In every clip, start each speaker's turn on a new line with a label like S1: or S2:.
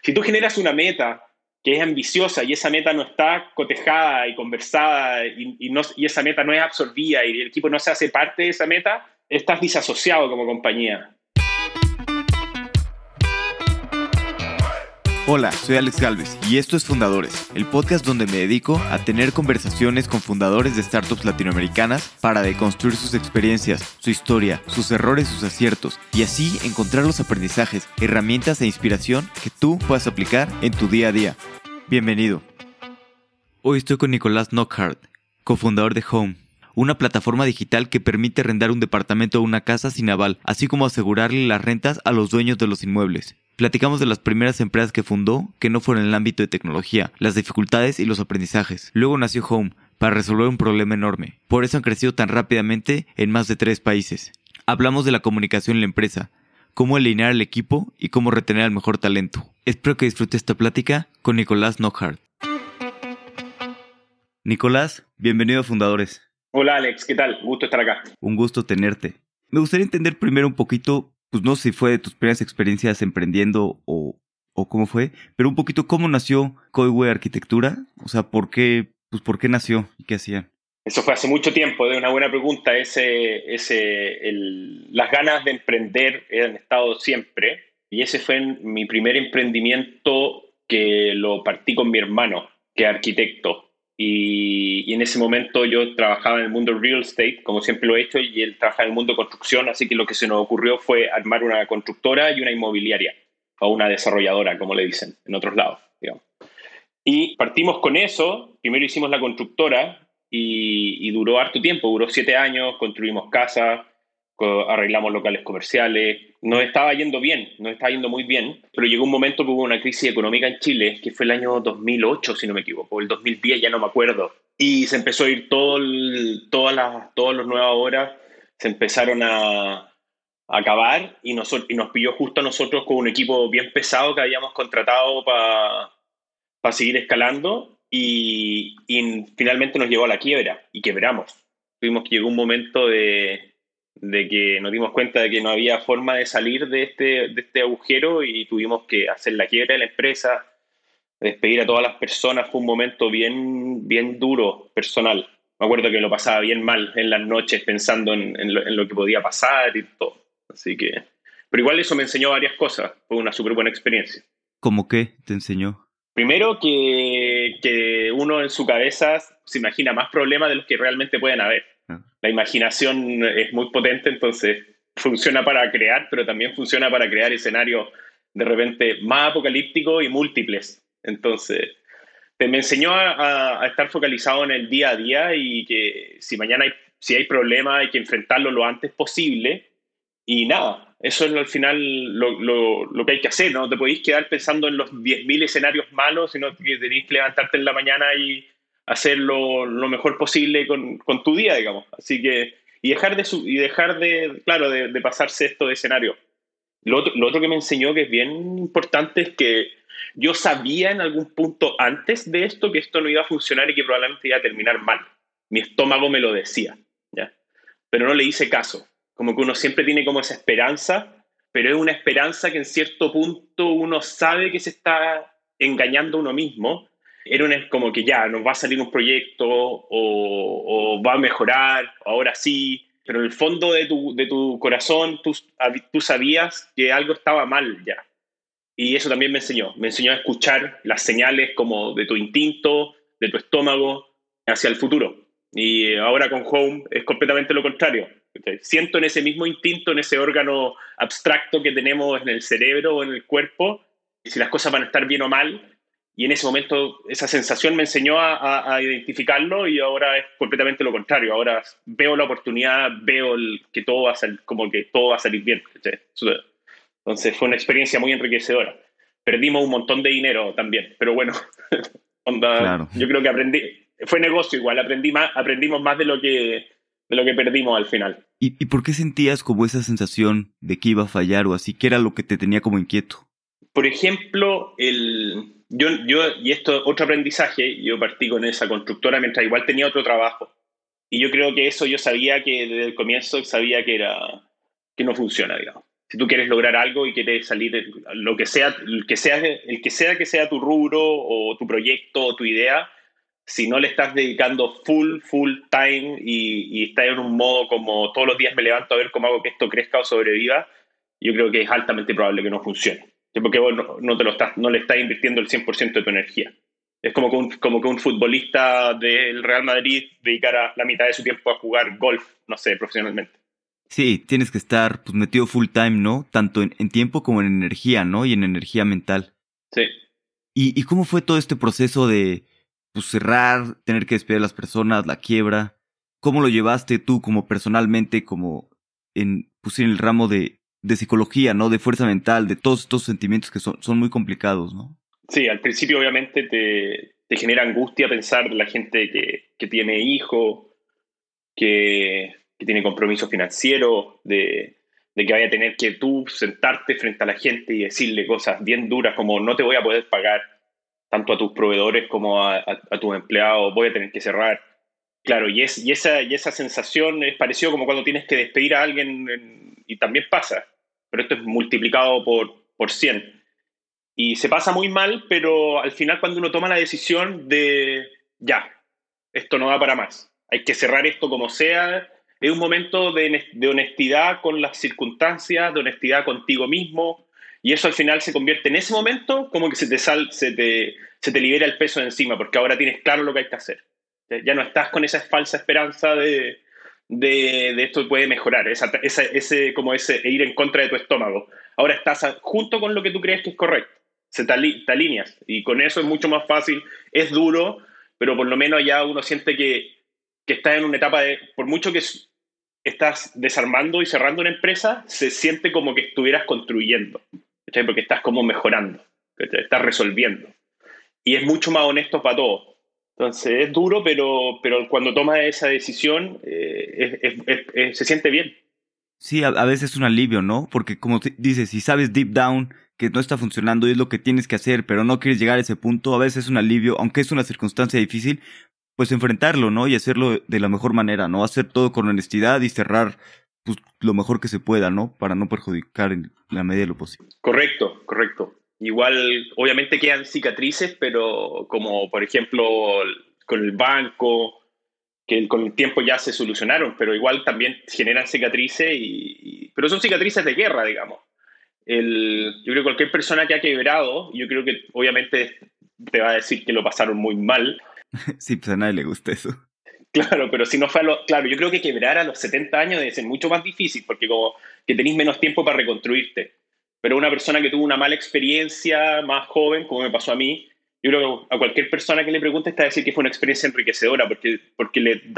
S1: Si tú generas una meta que es ambiciosa y esa meta no está cotejada y conversada y esa meta no es absorbida y el equipo no se hace parte de esa meta, estás disasociado como compañía.
S2: Hola, soy Alex Galvez y esto es Fundadores, el podcast donde me dedico a tener conversaciones con fundadores de startups latinoamericanas para deconstruir sus experiencias, su historia, sus errores, sus aciertos y así encontrar los aprendizajes, herramientas e inspiración que tú puedas aplicar en tu día a día. Bienvenido. Hoy estoy con Nicolás Knockhart, cofundador de Home, una plataforma digital que permite arrendar un departamento o una casa sin aval, así como asegurarle las rentas a los dueños de los inmuebles. Platicamos de las primeras empresas que fundó, que no fueron en el ámbito de tecnología, las dificultades y los aprendizajes. Luego nació Home, para resolver un problema enorme. Por eso han crecido tan rápidamente en más de 3 países. Hablamos de la comunicación en la empresa, cómo alinear el equipo y cómo retener al mejor talento. Espero que disfrutes esta plática con Nicolás Knockhart. Nicolás, bienvenido a Fundadores.
S1: Hola Alex, ¿qué tal? Gusto estar acá.
S2: Un gusto tenerte. Me gustaría entender primero un poquito, pues no sé si fue de tus primeras experiencias emprendiendo o cómo fue, pero un poquito cómo nació Coihue Arquitectura, o sea, ¿por qué nació y qué hacían?
S1: Eso fue hace mucho tiempo, es una buena pregunta. Las ganas de emprender han estado siempre y ese fue mi primer emprendimiento que lo partí con mi hermano, que es arquitecto. Y en ese momento yo trabajaba en el mundo real estate, como siempre lo he hecho, y él trabajaba en el mundo de construcción, así que lo que se nos ocurrió fue armar una constructora y una inmobiliaria, o una desarrolladora, como le dicen en otros lados, digamos. Y partimos con eso. Primero hicimos la constructora y duró harto tiempo, duró 7 años, construimos casas, arreglamos locales comerciales. Nos estaba yendo muy bien, pero llegó un momento que hubo una crisis económica en Chile, que fue el año 2008, si no me equivoco, o el 2010, ya no me acuerdo. Y se empezó a ir todas las nuevas obras, se empezaron a acabar y nos pilló justo a nosotros con un equipo bien pesado que habíamos contratado para seguir escalando y finalmente nos llevó a la quiebra y quebramos. Llegó un momento de que nos dimos cuenta de que no había forma de salir de este agujero y tuvimos que hacer la quiebra de la empresa, despedir a todas las personas. Fue un momento bien, bien duro, personal. Me acuerdo que lo pasaba bien mal en las noches pensando en lo que podía pasar y todo. Así que, pero igual eso me enseñó varias cosas. Fue una súper buena experiencia.
S2: ¿Cómo qué te enseñó?
S1: Primero que uno en su cabeza se imagina más problemas de los que realmente pueden haber. La imaginación es muy potente, entonces funciona para crear, pero también funciona para crear escenarios de repente más apocalípticos y múltiples. Entonces, me enseñó a estar focalizado en el día a día y que si hay problemas hay que enfrentarlo lo antes posible. Y nada, eso es al final lo que hay que hacer. No te podéis quedar pensando en los 10.000 escenarios malos, sino que tenéis que levantarte en la mañana y hacer lo mejor posible con tu día, digamos. Así que, y dejar de pasarse esto de escenario. Lo otro que me enseñó que es bien importante es que yo sabía en algún punto antes de esto que esto no iba a funcionar y que probablemente iba a terminar mal. Mi estómago me lo decía, ¿ya? Pero no le hice caso. Como que uno siempre tiene como esa esperanza, pero es una esperanza que en cierto punto uno sabe que se está engañando a uno mismo. Como que ya, nos va a salir un proyecto o va a mejorar, ahora sí, pero en el fondo de tu corazón tú sabías que algo estaba mal ya. Y eso también me enseñó a escuchar las señales como de tu instinto, de tu estómago, hacia el futuro. Y ahora con Home es completamente lo contrario. Siento en ese mismo instinto, en ese órgano abstracto que tenemos en el cerebro o en el cuerpo, si las cosas van a estar bien o mal. Y en ese momento esa sensación me enseñó a identificarlo y ahora es completamente lo contrario. Ahora veo la oportunidad, veo que todo va a salir bien. Entonces fue una experiencia muy enriquecedora. Perdimos un montón de dinero también, pero bueno,
S2: Claro.
S1: yo creo que fue negocio igual, aprendimos más de lo que perdimos al final.
S2: ¿Y por qué sentías como esa sensación de que iba a fallar o así? ¿Qué era lo que te tenía como inquieto?
S1: Por ejemplo, y esto otro aprendizaje, yo partí con esa constructora mientras igual tenía otro trabajo. Y yo creo que eso yo sabía que desde el comienzo sabía que no funciona, digamos. Si tú quieres lograr algo y quieres salir, lo que sea, el que sea tu rubro o tu proyecto o tu idea, si no le estás dedicando full time y estás en un modo como todos los días me levanto a ver cómo hago que esto crezca o sobreviva, yo creo que es altamente probable que no funcione. Porque vos no le estás invirtiendo el 100% de tu energía. Es como que un futbolista del Real Madrid dedicara la mitad de su tiempo a jugar golf, no sé, profesionalmente.
S2: Sí, tienes que estar pues metido full time, ¿no? Tanto en tiempo como en energía, ¿no? Y en energía mental.
S1: Sí.
S2: ¿Y cómo fue todo este proceso de pues, cerrar, tener que despedir a las personas, la quiebra? ¿Cómo lo llevaste tú como personalmente, como pues, en el ramo de psicología, ¿no? De fuerza mental, de todos estos sentimientos que son muy complicados, ¿no?
S1: Sí, al principio obviamente te genera angustia pensar de la gente que tiene hijos, que tiene compromisos financieros, de que vaya a tener que tú sentarte frente a la gente y decirle cosas bien duras como no te voy a poder pagar tanto a tus proveedores como a tus empleados, voy a tener que cerrar. Claro, y esa sensación es parecido como cuando tienes que despedir a alguien y también pasa, pero esto es multiplicado por 100. Y se pasa muy mal, pero al final cuando uno toma la decisión de, ya, esto no da para más, hay que cerrar esto como sea, es un momento de honestidad con las circunstancias, de honestidad contigo mismo, y eso al final se convierte en ese momento como que se te libera el peso de encima, porque ahora tienes claro lo que hay que hacer. Ya no estás con esa falsa esperanza de esto puede mejorar, ese ir en contra de tu estómago. Ahora estás junto con lo que tú crees que es correcto, te alineas, y con eso es mucho más fácil, es duro, pero por lo menos ya uno siente que estás en una etapa por mucho que estás desarmando y cerrando una empresa, se siente como que estuvieras construyendo, ¿cachai? Porque estás como mejorando, ¿cachai? Estás resolviendo. Y es mucho más honesto para todos. Entonces es duro, pero cuando tomas esa decisión se siente bien.
S2: Sí, a veces es un alivio, ¿no? Porque como dices, si sabes deep down que no está funcionando y es lo que tienes que hacer, pero no quieres llegar a ese punto, a veces es un alivio, aunque es una circunstancia difícil, pues enfrentarlo, ¿no? Y hacerlo de la mejor manera, ¿no? Hacer todo con honestidad y cerrar pues, lo mejor que se pueda, ¿no? Para no perjudicar en la medida de lo posible.
S1: Correcto, correcto. Igual, obviamente quedan cicatrices, pero como por ejemplo con el banco, que con el tiempo ya se solucionaron, pero igual también generan cicatrices, pero son cicatrices de guerra, digamos. Yo creo que cualquier persona que ha quebrado, yo creo que obviamente te va a decir que lo pasaron muy mal.
S2: Sí, pues a nadie le gusta eso.
S1: Claro, pero si no fue claro, yo creo que quebrar a los 70 años debe ser mucho más difícil, porque como que tenéis menos tiempo para reconstruirte. Pero una persona que tuvo una mala experiencia, más joven, como me pasó a mí, yo creo que a cualquier persona que le pregunte está a decir que fue una experiencia enriquecedora, porque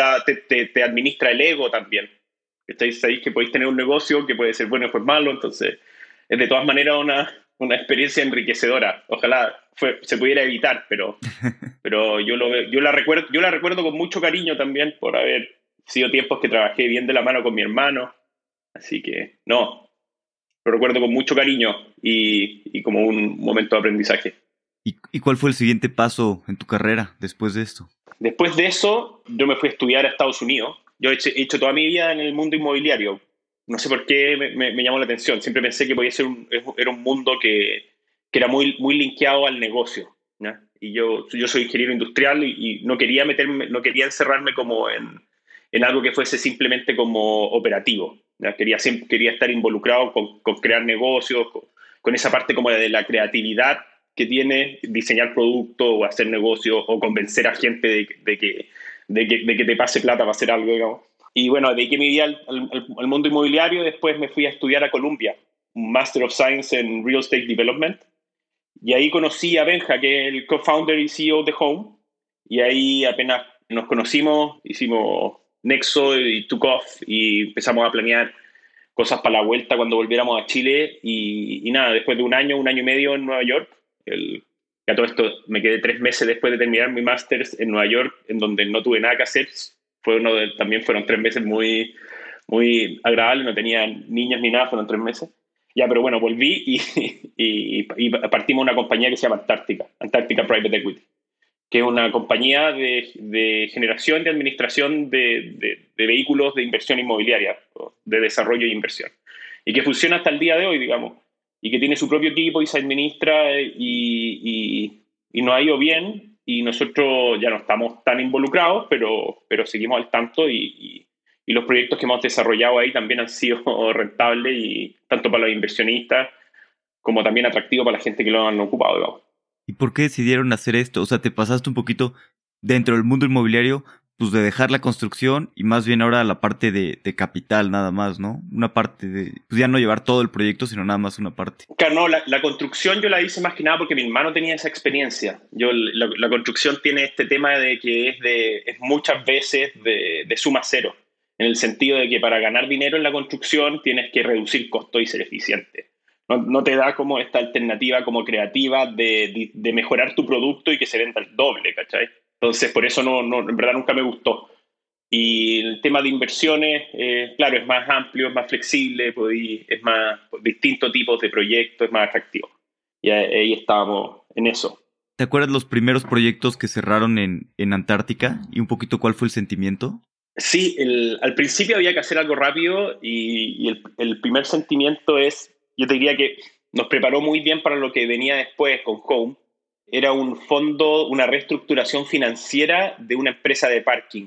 S1: te administra el ego también. Sabéis que podéis tener un negocio que puede ser bueno y pues malo, entonces es de todas maneras una experiencia enriquecedora. Ojalá se pudiera evitar, pero yo la recuerdo con mucho cariño también por haber sido tiempos que trabajé bien de la mano con mi hermano. Así que, no, lo recuerdo con mucho cariño y como un momento de aprendizaje.
S2: ¿Y cuál fue el siguiente paso en tu carrera después de esto?
S1: Después de eso, yo me fui a estudiar a Estados Unidos. Yo he hecho toda mi vida en el mundo inmobiliario. No sé por qué me llamó la atención. Siempre pensé que podía ser era un mundo que era muy linkeado al negocio, ¿ya? Y yo soy ingeniero industrial y no quería no quería encerrarme como en algo que fuese simplemente como operativo, ¿ya? Quería estar involucrado con crear negocios, con esa parte como de la creatividad que tiene diseñar productos o hacer negocios o convencer a gente de que te pase plata para hacer algo, digamos. Y bueno, dediqué mi vida al mundo inmobiliario. Después me fui a estudiar a Columbia, un Master of Science en Real Estate Development. Y ahí conocí a Benja, que es el co-founder y CEO de Home. Y ahí apenas nos conocimos, hicimos Nexo y Took Off y empezamos a planear cosas para la vuelta cuando volviéramos a Chile. Y nada, después de un año y medio en Nueva York, ya todo esto me quedé 3 meses después de terminar mi máster en Nueva York, en donde no tuve nada que hacer. También fueron 3 meses muy, muy agradables, no tenía niños ni nada, fueron 3 meses. Ya, pero bueno, volví y partimos una compañía que se llama Antártica Private Equity, que es una compañía de generación de administración de vehículos de inversión inmobiliaria, de desarrollo e inversión. y que funciona hasta el día de hoy, digamos, y que tiene su propio equipo y se administra y nos ha ido bien, y nosotros ya no estamos tan involucrados, pero seguimos al tanto y los proyectos que hemos desarrollado ahí también han sido rentables, y tanto para los inversionistas como también atractivos para la gente que lo han ocupado, digamos.
S2: ¿Y por qué decidieron hacer esto? O sea, te pasaste un poquito dentro del mundo inmobiliario, pues de dejar la construcción y más bien ahora la parte de capital nada más, ¿no? Una parte de, pues ya no llevar todo el proyecto, sino nada más una parte.
S1: Claro, no, la construcción yo la hice más que nada porque mi hermano tenía esa experiencia. La construcción tiene este tema de que es muchas veces de suma cero, en el sentido de que para ganar dinero en la construcción tienes que reducir costos y ser eficiente. No te da como esta alternativa como creativa de mejorar tu producto y que se venda el doble, ¿cachai? Entonces, por eso en verdad nunca me gustó. Y el tema de inversiones, claro, es más amplio, es más flexible, es más distintos tipos de proyectos, es más atractivo. Y ahí estábamos en eso.
S2: ¿Te acuerdas los primeros proyectos que cerraron en Antártica? Y un poquito cuál fue el sentimiento.
S1: Sí, al principio había que hacer algo rápido y el primer sentimiento es, yo te diría que nos preparó muy bien para lo que venía después con Home. Era un fondo, una reestructuración financiera de una empresa de parking,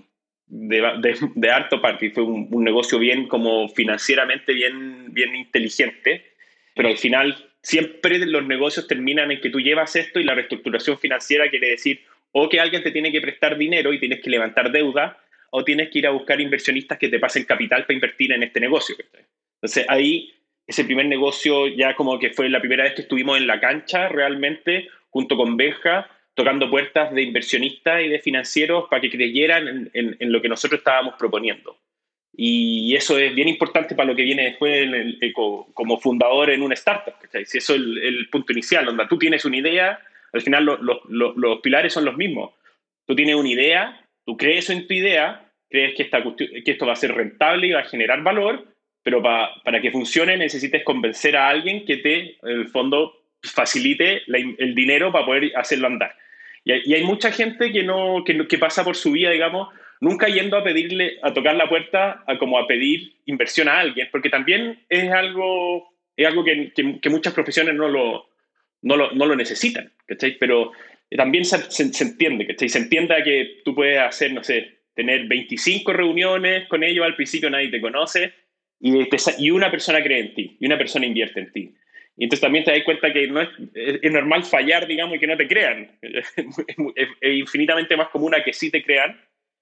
S1: de harto parking. Fue un negocio bien, como financieramente bien inteligente, pero al final siempre los negocios terminan en que tú llevas esto y la reestructuración financiera quiere decir o que alguien te tiene que prestar dinero y tienes que levantar deuda, o tienes que ir a buscar inversionistas que te pasen capital para invertir en este negocio. Entonces ahí, ese primer negocio ya como que fue la primera vez que estuvimos en la cancha realmente, junto con Benja, tocando puertas de inversionistas y de financieros para que creyeran en lo que nosotros estábamos proponiendo. Y eso es bien importante para lo que viene después como fundador en una startup. ¿Cachai? Si eso es el punto inicial, donde tú tienes una idea, al final los pilares son los mismos. Tú tienes una idea, tú crees en tu idea, crees que esto va a ser rentable y va a generar valor, pero para que funcione necesites convencer a alguien que en el fondo, facilite el dinero para poder hacerlo andar. Y hay mucha gente que pasa por su vida, digamos, nunca yendo a tocar la puerta, como a pedir inversión a alguien, porque también es algo que muchas profesiones no lo necesitan, ¿cachai? Pero también se entiende, ¿cachai? Se entiende que tú puedes hacer, no sé, tener 25 reuniones con ellos, al principio nadie te conoce, y una persona cree en ti, y una persona invierte en ti. Y entonces también te das cuenta que no es normal fallar, digamos, y que no te crean. Es infinitamente más común a que sí te crean.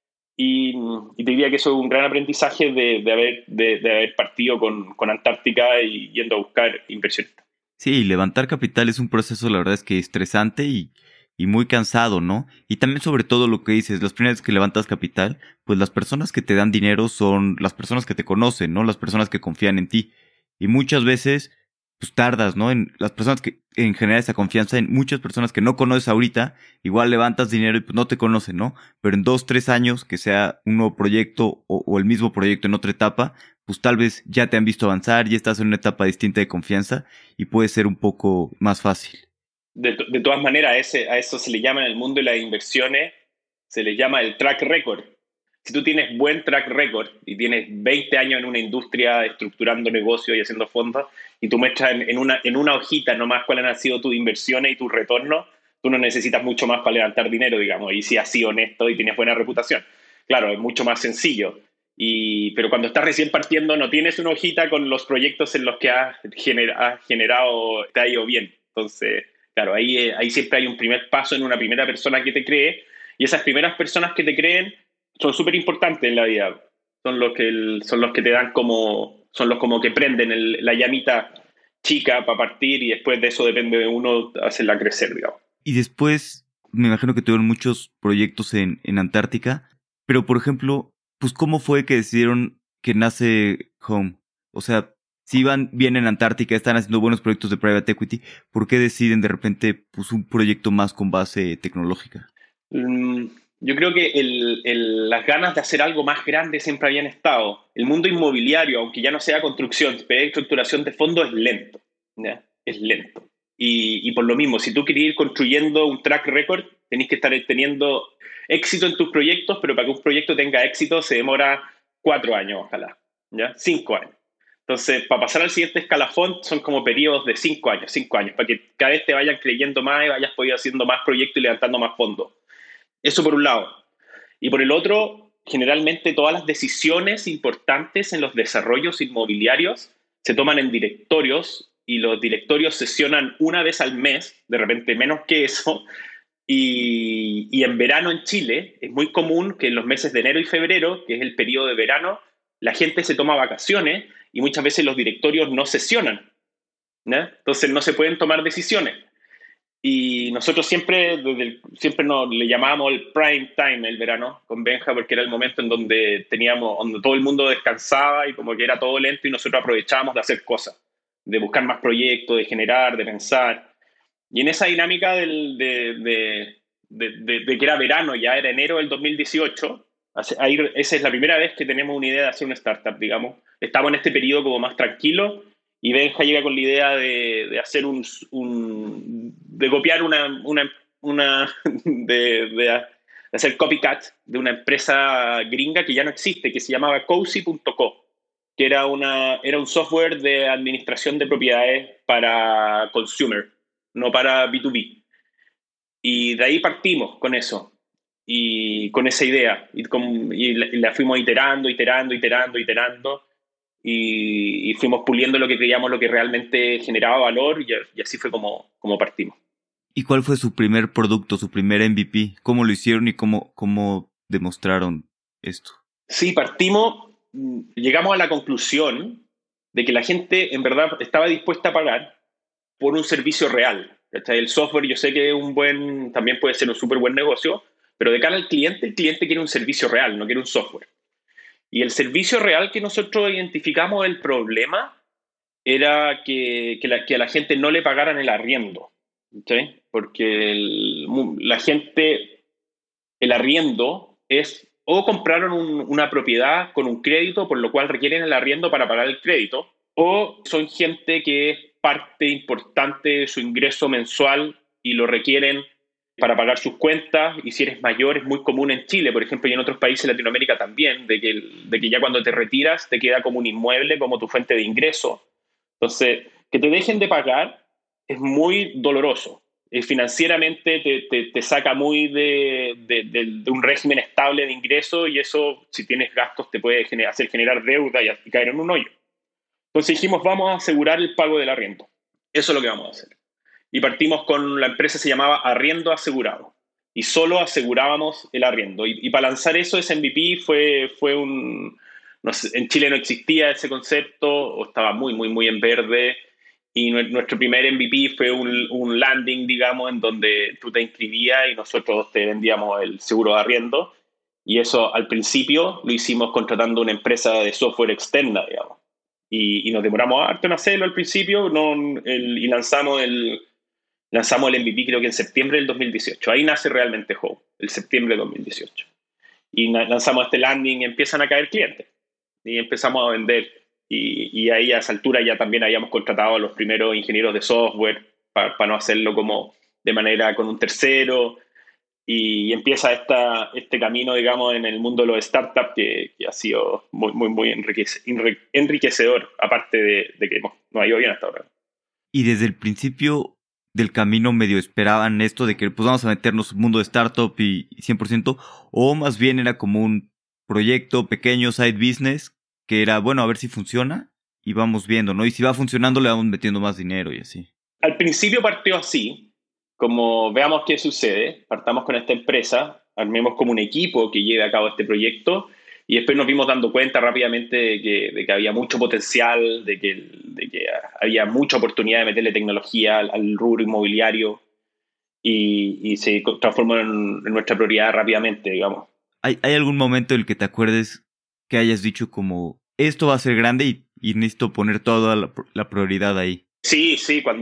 S1: Y te diría que eso es un gran aprendizaje de haber partido con Antártica y yendo a buscar inversionistas.
S2: Sí, levantar capital es un proceso, la verdad es que estresante y muy cansado, ¿no? Y también sobre todo lo que dices, las primeras veces que levantas capital, pues las personas que te dan dinero son las personas que te conocen, ¿no? Las personas que confían en ti. Y muchas veces, pues tardas, ¿no? En las personas que en generar esa confianza en muchas personas que no conoces ahorita, igual levantas dinero y pues no te conocen, ¿no? Pero en 2, 3 años, que sea un nuevo proyecto o el mismo proyecto en otra etapa, pues tal vez ya te han visto avanzar, ya estás en una etapa distinta de confianza y puede ser un poco más fácil.
S1: De todas maneras, a eso se le llama en el mundo de las inversiones, se le llama el track record. Si tú tienes buen track record y tienes 20 años en una industria estructurando negocios y haciendo fondos, y tú muestras en una hojita nomás cuáles han sido tus inversiones y tus retornos, tú no necesitas mucho más para levantar dinero, digamos, y si has sido honesto y tienes buena reputación. Claro, es mucho más sencillo. Pero cuando estás recién partiendo no tienes una hojita con los proyectos en los que has generado, te ha ido bien. Entonces, claro, ahí siempre hay un primer paso en una primera persona que te cree, y esas primeras personas que te creen son súper importantes en la vida. Son los que te dan son los como que prenden la llamita chica para partir, y después de eso depende de uno hacerla crecer, digamos.
S2: Y después, me imagino que tuvieron muchos proyectos en Antártica, pero por ejemplo, pues ¿cómo fue que decidieron que nace Home? O sea, si iban bien en Antártica, están haciendo buenos proyectos de private equity, ¿por qué deciden de repente pues un proyecto más con base tecnológica?
S1: Yo creo que las ganas de hacer algo más grande siempre habían estado. El mundo inmobiliario, aunque ya no sea construcción, pero estructuración de fondos, es lento, ¿ya? Es lento. Y por lo mismo, si tú quieres ir construyendo un track record, tenés que estar teniendo éxito en tus proyectos, pero para que un proyecto tenga éxito se demora 4 años, ojalá, ¿ya? 5 años. Entonces, para pasar al siguiente escalafón son como periodos de 5 años, para que cada vez te vayan creyendo más y vayas podido haciendo más proyectos y levantando más fondos. Eso por un lado. Y por el otro, generalmente todas las decisiones importantes en los desarrollos inmobiliarios se toman en directorios y los directorios sesionan una vez al mes, de repente menos que eso, y en verano en Chile es muy común que en los meses de enero y febrero, que es el periodo de verano, la gente se toma vacaciones y muchas veces los directorios no sesionan, ¿no? Entonces no se pueden tomar decisiones. Y nosotros siempre le llamábamos el prime time el verano con Benja, porque era el momento en donde donde todo el mundo descansaba y como que era todo lento y nosotros aprovechábamos de hacer cosas, de buscar más proyectos, de generar, de pensar. Y en esa dinámica de que era verano, ya era enero del 2018, esa es la primera vez que tenemos una idea de hacer una startup, digamos. Estamos en este periodo como más tranquilo y Benja llega con la idea de hacer de copiar de hacer copycat de una empresa gringa que ya no existe, que se llamaba Cozy.co, que era un software de administración de propiedades para consumer, no para B2B. Y de ahí partimos con eso, y con esa idea, y la fuimos iterando, y fuimos puliendo lo que creíamos, lo que realmente generaba valor, y así fue como partimos.
S2: ¿Y cuál fue su primer producto, su primer MVP? ¿Cómo lo hicieron y cómo demostraron esto?
S1: Sí, llegamos a la conclusión de que la gente en verdad estaba dispuesta a pagar por un servicio real. El software yo sé que también puede ser un súper buen negocio, pero de cara al cliente, el cliente quiere un servicio real, no quiere un software. Y el servicio real que nosotros identificamos el problema era que a la gente no le pagaran el arriendo, ¿sí? Porque el arriendo es o compraron una propiedad con un crédito, por lo cual requieren el arriendo para pagar el crédito, o son gente que es parte importante de su ingreso mensual y lo requieren para pagar sus cuentas, y si eres mayor es muy común en Chile, por ejemplo, y en otros países de Latinoamérica también, de que ya cuando te retiras te queda como un inmueble, como tu fuente de ingreso. Entonces, que te dejen de pagar es muy doloroso. Financieramente te saca muy de un régimen estable de ingreso, y eso, si tienes gastos, te puede hacer generar deuda y caer en un hoyo. Entonces dijimos, vamos a asegurar el pago del arriendo. Eso es lo que vamos a hacer. Y partimos con la empresa, se llamaba Arriendo Asegurado. Y solo asegurábamos el arriendo. Y para lanzar eso, ese MVP fue no sé, en Chile no existía ese concepto, o estaba muy, muy, muy en verde. Y nuestro primer MVP fue un landing, digamos, en donde tú te inscribías y nosotros te vendíamos el seguro de arriendo. Y eso al principio lo hicimos contratando una empresa de software externa, digamos. Y nos demoramos harto en hacerlo al principio, y lanzamos el MVP creo que en septiembre del 2018. Ahí nace realmente Hope, el septiembre del 2018. Y lanzamos este landing y empiezan a caer clientes. Y empezamos a vender. Y ahí a esa altura ya también habíamos contratado a los primeros ingenieros de software para no hacerlo como de manera con un tercero. Y empieza este camino, digamos, en el mundo de los startups que ha sido muy, muy, muy enriquecedor, aparte de que nos ha ido bien hasta ahora.
S2: Y desde el principio del camino medio esperaban esto de que pues vamos a meternos en un mundo de startup y 100%, o más bien era como un proyecto pequeño, side business, que era, bueno, a ver si funciona y vamos viendo, ¿no? Y si va funcionando le vamos metiendo más dinero y así.
S1: Al principio partió así, como veamos qué sucede, partamos con esta empresa, armemos como un equipo que lleve a cabo este proyecto, y después nos vimos dando cuenta rápidamente de que había mucho potencial, de que había mucha oportunidad de meterle tecnología al rubro inmobiliario, y se transformó en nuestra prioridad rápidamente, digamos.
S2: ¿Hay algún momento en el que te acuerdes que hayas dicho como, esto va a ser grande y necesito poner toda la prioridad ahí?
S1: Sí,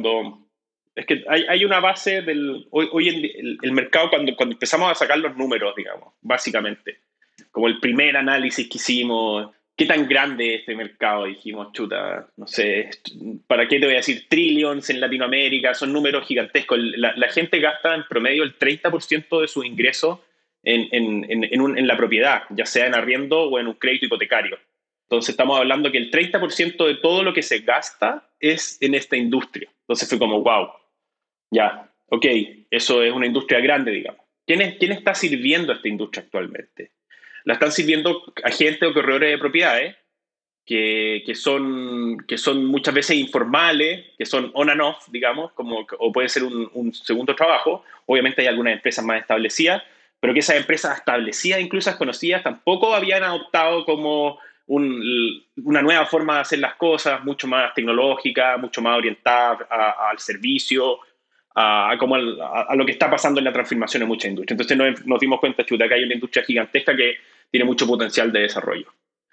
S1: es que hay una base hoy en el mercado, cuando empezamos a sacar los números, digamos, básicamente, como el primer análisis que hicimos, ¿qué tan grande es este mercado? Dijimos, chuta, no sé, ¿para qué te voy a decir trillions en Latinoamérica? Son números gigantescos. La gente gasta en promedio el 30% de sus ingresos en la propiedad, ya sea en arriendo o en un crédito hipotecario. Entonces estamos hablando que el 30% de todo lo que se gasta es en esta industria. Entonces fue como, wow, ya, ok, eso es una industria grande, digamos. ¿Quién está sirviendo a esta industria actualmente? La están sirviendo agentes o corredores de propiedades que son muchas veces informales, que son on and off, digamos, o puede ser un segundo trabajo. Obviamente hay algunas empresas más establecidas, pero que esas empresas establecidas, incluso conocidas, tampoco habían adoptado como una nueva forma de hacer las cosas, mucho más tecnológica, mucho más orientada al servicio, a lo que está pasando en la transformación en muchas industrias. Entonces nos dimos cuenta, chuta, que hay una industria gigantesca que tiene mucho potencial de desarrollo.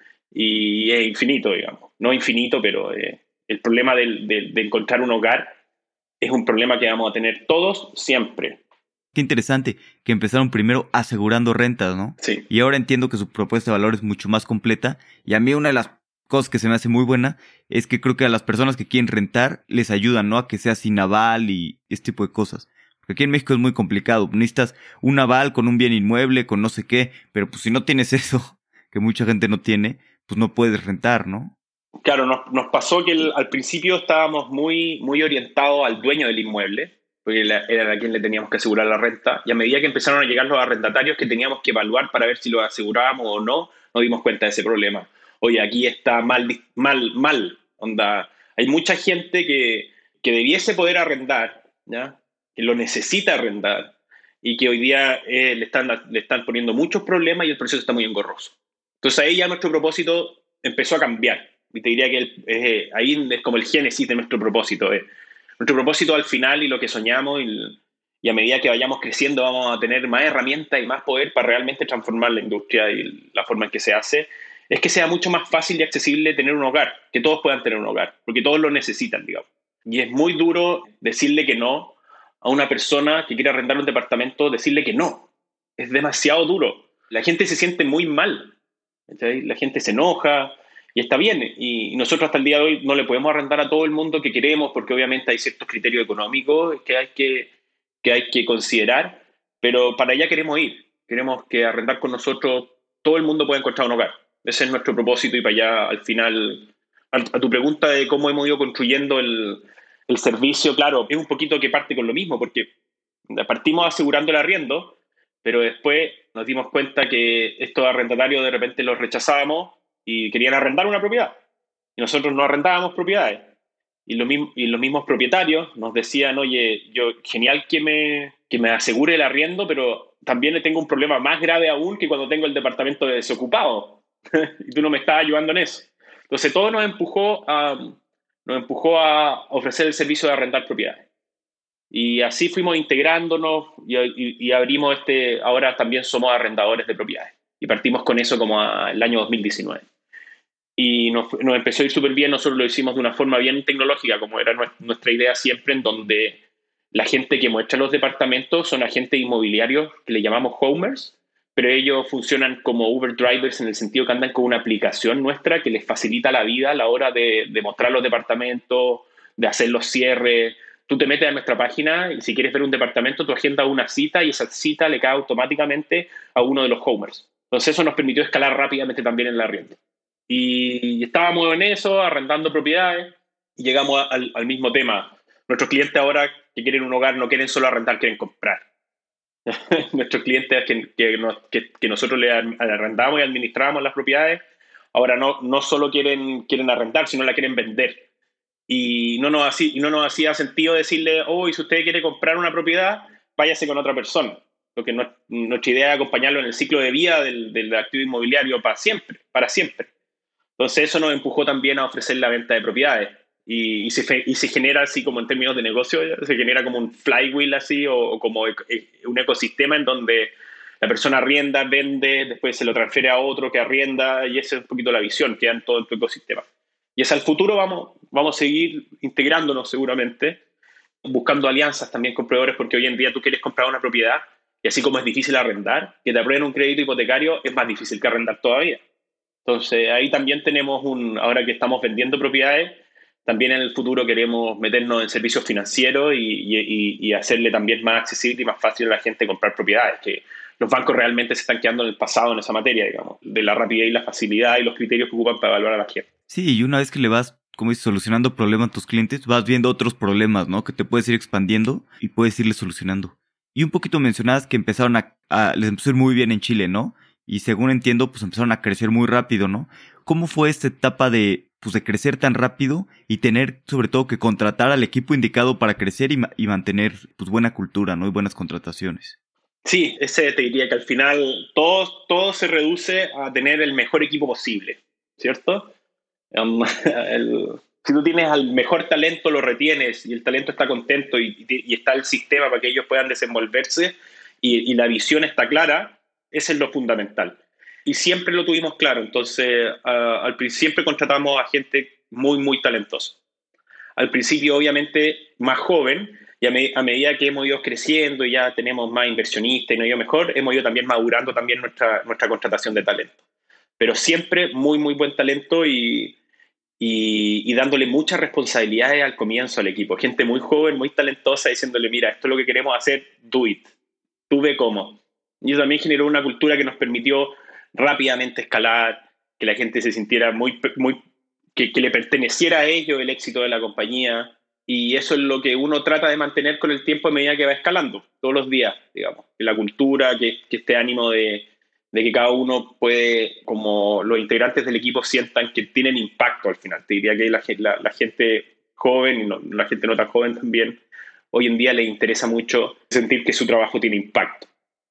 S1: Y es infinito, digamos. No infinito, pero el problema de encontrar un hogar es un problema que vamos a tener todos siempre.
S2: Qué interesante que empezaron primero asegurando rentas, ¿no?
S1: Sí.
S2: Y ahora entiendo que su propuesta de valor es mucho más completa. Y a mí una de las cosas que se me hace muy buena es que creo que a las personas que quieren rentar les ayudan, ¿no? A que sea sin aval y este tipo de cosas. Porque aquí en México es muy complicado. Necesitas un aval con un bien inmueble, con no sé qué. Pero pues si no tienes eso, que mucha gente no tiene, pues no puedes rentar, ¿no?
S1: Claro, nos pasó que al principio estábamos muy, muy orientados al dueño del inmueble, porque era a quien le teníamos que asegurar la renta, y a medida que empezaron a llegar los arrendatarios que teníamos que evaluar para ver si los asegurábamos o no, nos dimos cuenta de ese problema. Oye, aquí está mal, onda. Hay mucha gente que debiese poder arrendar, ¿ya? Que lo necesita arrendar, y que hoy día le están poniendo muchos problemas y el proceso está muy engorroso. Entonces ahí ya nuestro propósito empezó a cambiar. Y te diría que ahí es como el génesis de nuestro propósito. Nuestro propósito al final y lo que soñamos y a medida que vayamos creciendo vamos a tener más herramientas y más poder para realmente transformar la industria y la forma en que se hace, es que sea mucho más fácil y accesible tener un hogar, que todos puedan tener un hogar, porque todos lo necesitan, digamos. Y es muy duro decirle que no a una persona que quiere arrendar un departamento, decirle que no. Es demasiado duro. La gente se siente muy mal. La gente se enoja y está bien. Y nosotros hasta el día de hoy no le podemos arrendar a todo el mundo que queremos porque obviamente hay ciertos criterios económicos que hay que considerar, pero para allá queremos ir. Queremos que arrendar con nosotros todo el mundo pueda encontrar un hogar. Ese es nuestro propósito y para allá al final, a tu pregunta de cómo hemos ido construyendo el servicio, claro, es un poquito que parte con lo mismo porque partimos asegurando el arriendo, pero después nos dimos cuenta que estos arrendatarios de repente los rechazábamos y querían arrendar una propiedad. Y nosotros no arrendábamos propiedades. Y los mismos propietarios nos decían, oye, genial que me asegure el arriendo, pero también tengo un problema más grave aún que cuando tengo el departamento desocupado. Y tú no me estás ayudando en eso. Entonces todo nos empujó a ofrecer el servicio de arrendar propiedades. Y así fuimos integrándonos y abrimos ahora también somos arrendadores de propiedades. Y partimos con eso como el año 2019. Y nos empezó a ir súper bien, nosotros lo hicimos de una forma bien tecnológica, como era nuestra idea siempre, en donde la gente que muestra los departamentos son agentes inmobiliarios que le llamamos homers, pero ellos funcionan como Uber drivers en el sentido que andan con una aplicación nuestra que les facilita la vida a la hora de mostrar los departamentos, de hacer los cierres. Tú te metes a nuestra página y si quieres ver un departamento, tú agendas una cita y esa cita le cae automáticamente a uno de los homers. Entonces eso nos permitió escalar rápidamente también en la arriendo. Y estábamos en eso, arrendando propiedades, y llegamos al mismo tema. Nuestros clientes ahora que quieren un hogar no quieren solo arrendar, quieren comprar. Nuestros clientes que nosotros le arrendamos y administramos las propiedades, ahora no solo quieren arrendar, sino la quieren vender. Y no nos hacía sentido decirle, y si usted quiere comprar una propiedad, váyase con otra persona. Porque nuestra idea es acompañarlo en el ciclo de vida del activo inmobiliario para siempre. Entonces eso nos empujó también a ofrecer la venta de propiedades y se genera así como en términos de negocio, se genera como un flywheel así o como un ecosistema en donde la persona arrienda, vende, después se lo transfiere a otro que arrienda y esa es un poquito la visión que da en todo el ecosistema. Y hacia el futuro vamos a seguir integrándonos seguramente, buscando alianzas también con proveedores porque hoy en día tú quieres comprar una propiedad y así como es difícil arrendar, que te aprueben un crédito hipotecario es más difícil que arrendar todavía. Entonces, ahí también tenemos ahora que estamos vendiendo propiedades, También en el futuro queremos meternos en servicios financieros y hacerle también más accesible y más fácil a la gente comprar propiedades, que los bancos realmente se están quedando en el pasado en esa materia, digamos, de la rapidez y la facilidad y los criterios que ocupan para evaluar a la gente.
S2: Sí, y una vez que le vas, como dices, solucionando problemas a tus clientes, vas viendo otros problemas, ¿no? Que te puedes ir expandiendo y puedes irles solucionando. Y un poquito mencionabas que empezaron les empezó a ir muy bien en Chile, ¿no? Y según entiendo, pues empezaron a crecer muy rápido, ¿no? ¿Cómo fue esta etapa de crecer tan rápido y tener, sobre todo, que contratar al equipo indicado para crecer y mantener, pues, buena cultura, ¿no? Y buenas contrataciones?
S1: Sí, ese te diría que al final todo se reduce a tener el mejor equipo posible, ¿cierto? Si tú tienes al mejor talento, lo retienes y el talento está contento y está el sistema para que ellos puedan desenvolverse y la visión está clara, eso es lo fundamental. Y siempre lo tuvimos claro, entonces siempre contratamos a gente muy, muy talentosa. Al principio, obviamente, más joven, y a medida que hemos ido creciendo y ya tenemos más inversionistas y nos ha ido mejor, hemos ido también madurando también nuestra contratación de talento. Pero siempre muy, muy buen talento y dándole muchas responsabilidades al comienzo al equipo. Gente muy joven, muy talentosa, diciéndole, mira, esto es lo que queremos hacer, do it. Tú ve cómo. Y eso también generó una cultura que nos permitió rápidamente escalar, que la gente se sintiera que le perteneciera a ellos el éxito de la compañía. Y eso es lo que uno trata de mantener con el tiempo a medida que va escalando, todos los días, digamos. La cultura, que este ánimo de que cada uno puede, como los integrantes del equipo sientan que tienen impacto al final. Te diría que la gente joven y la gente no tan joven también, hoy en día les interesa mucho sentir que su trabajo tiene impacto.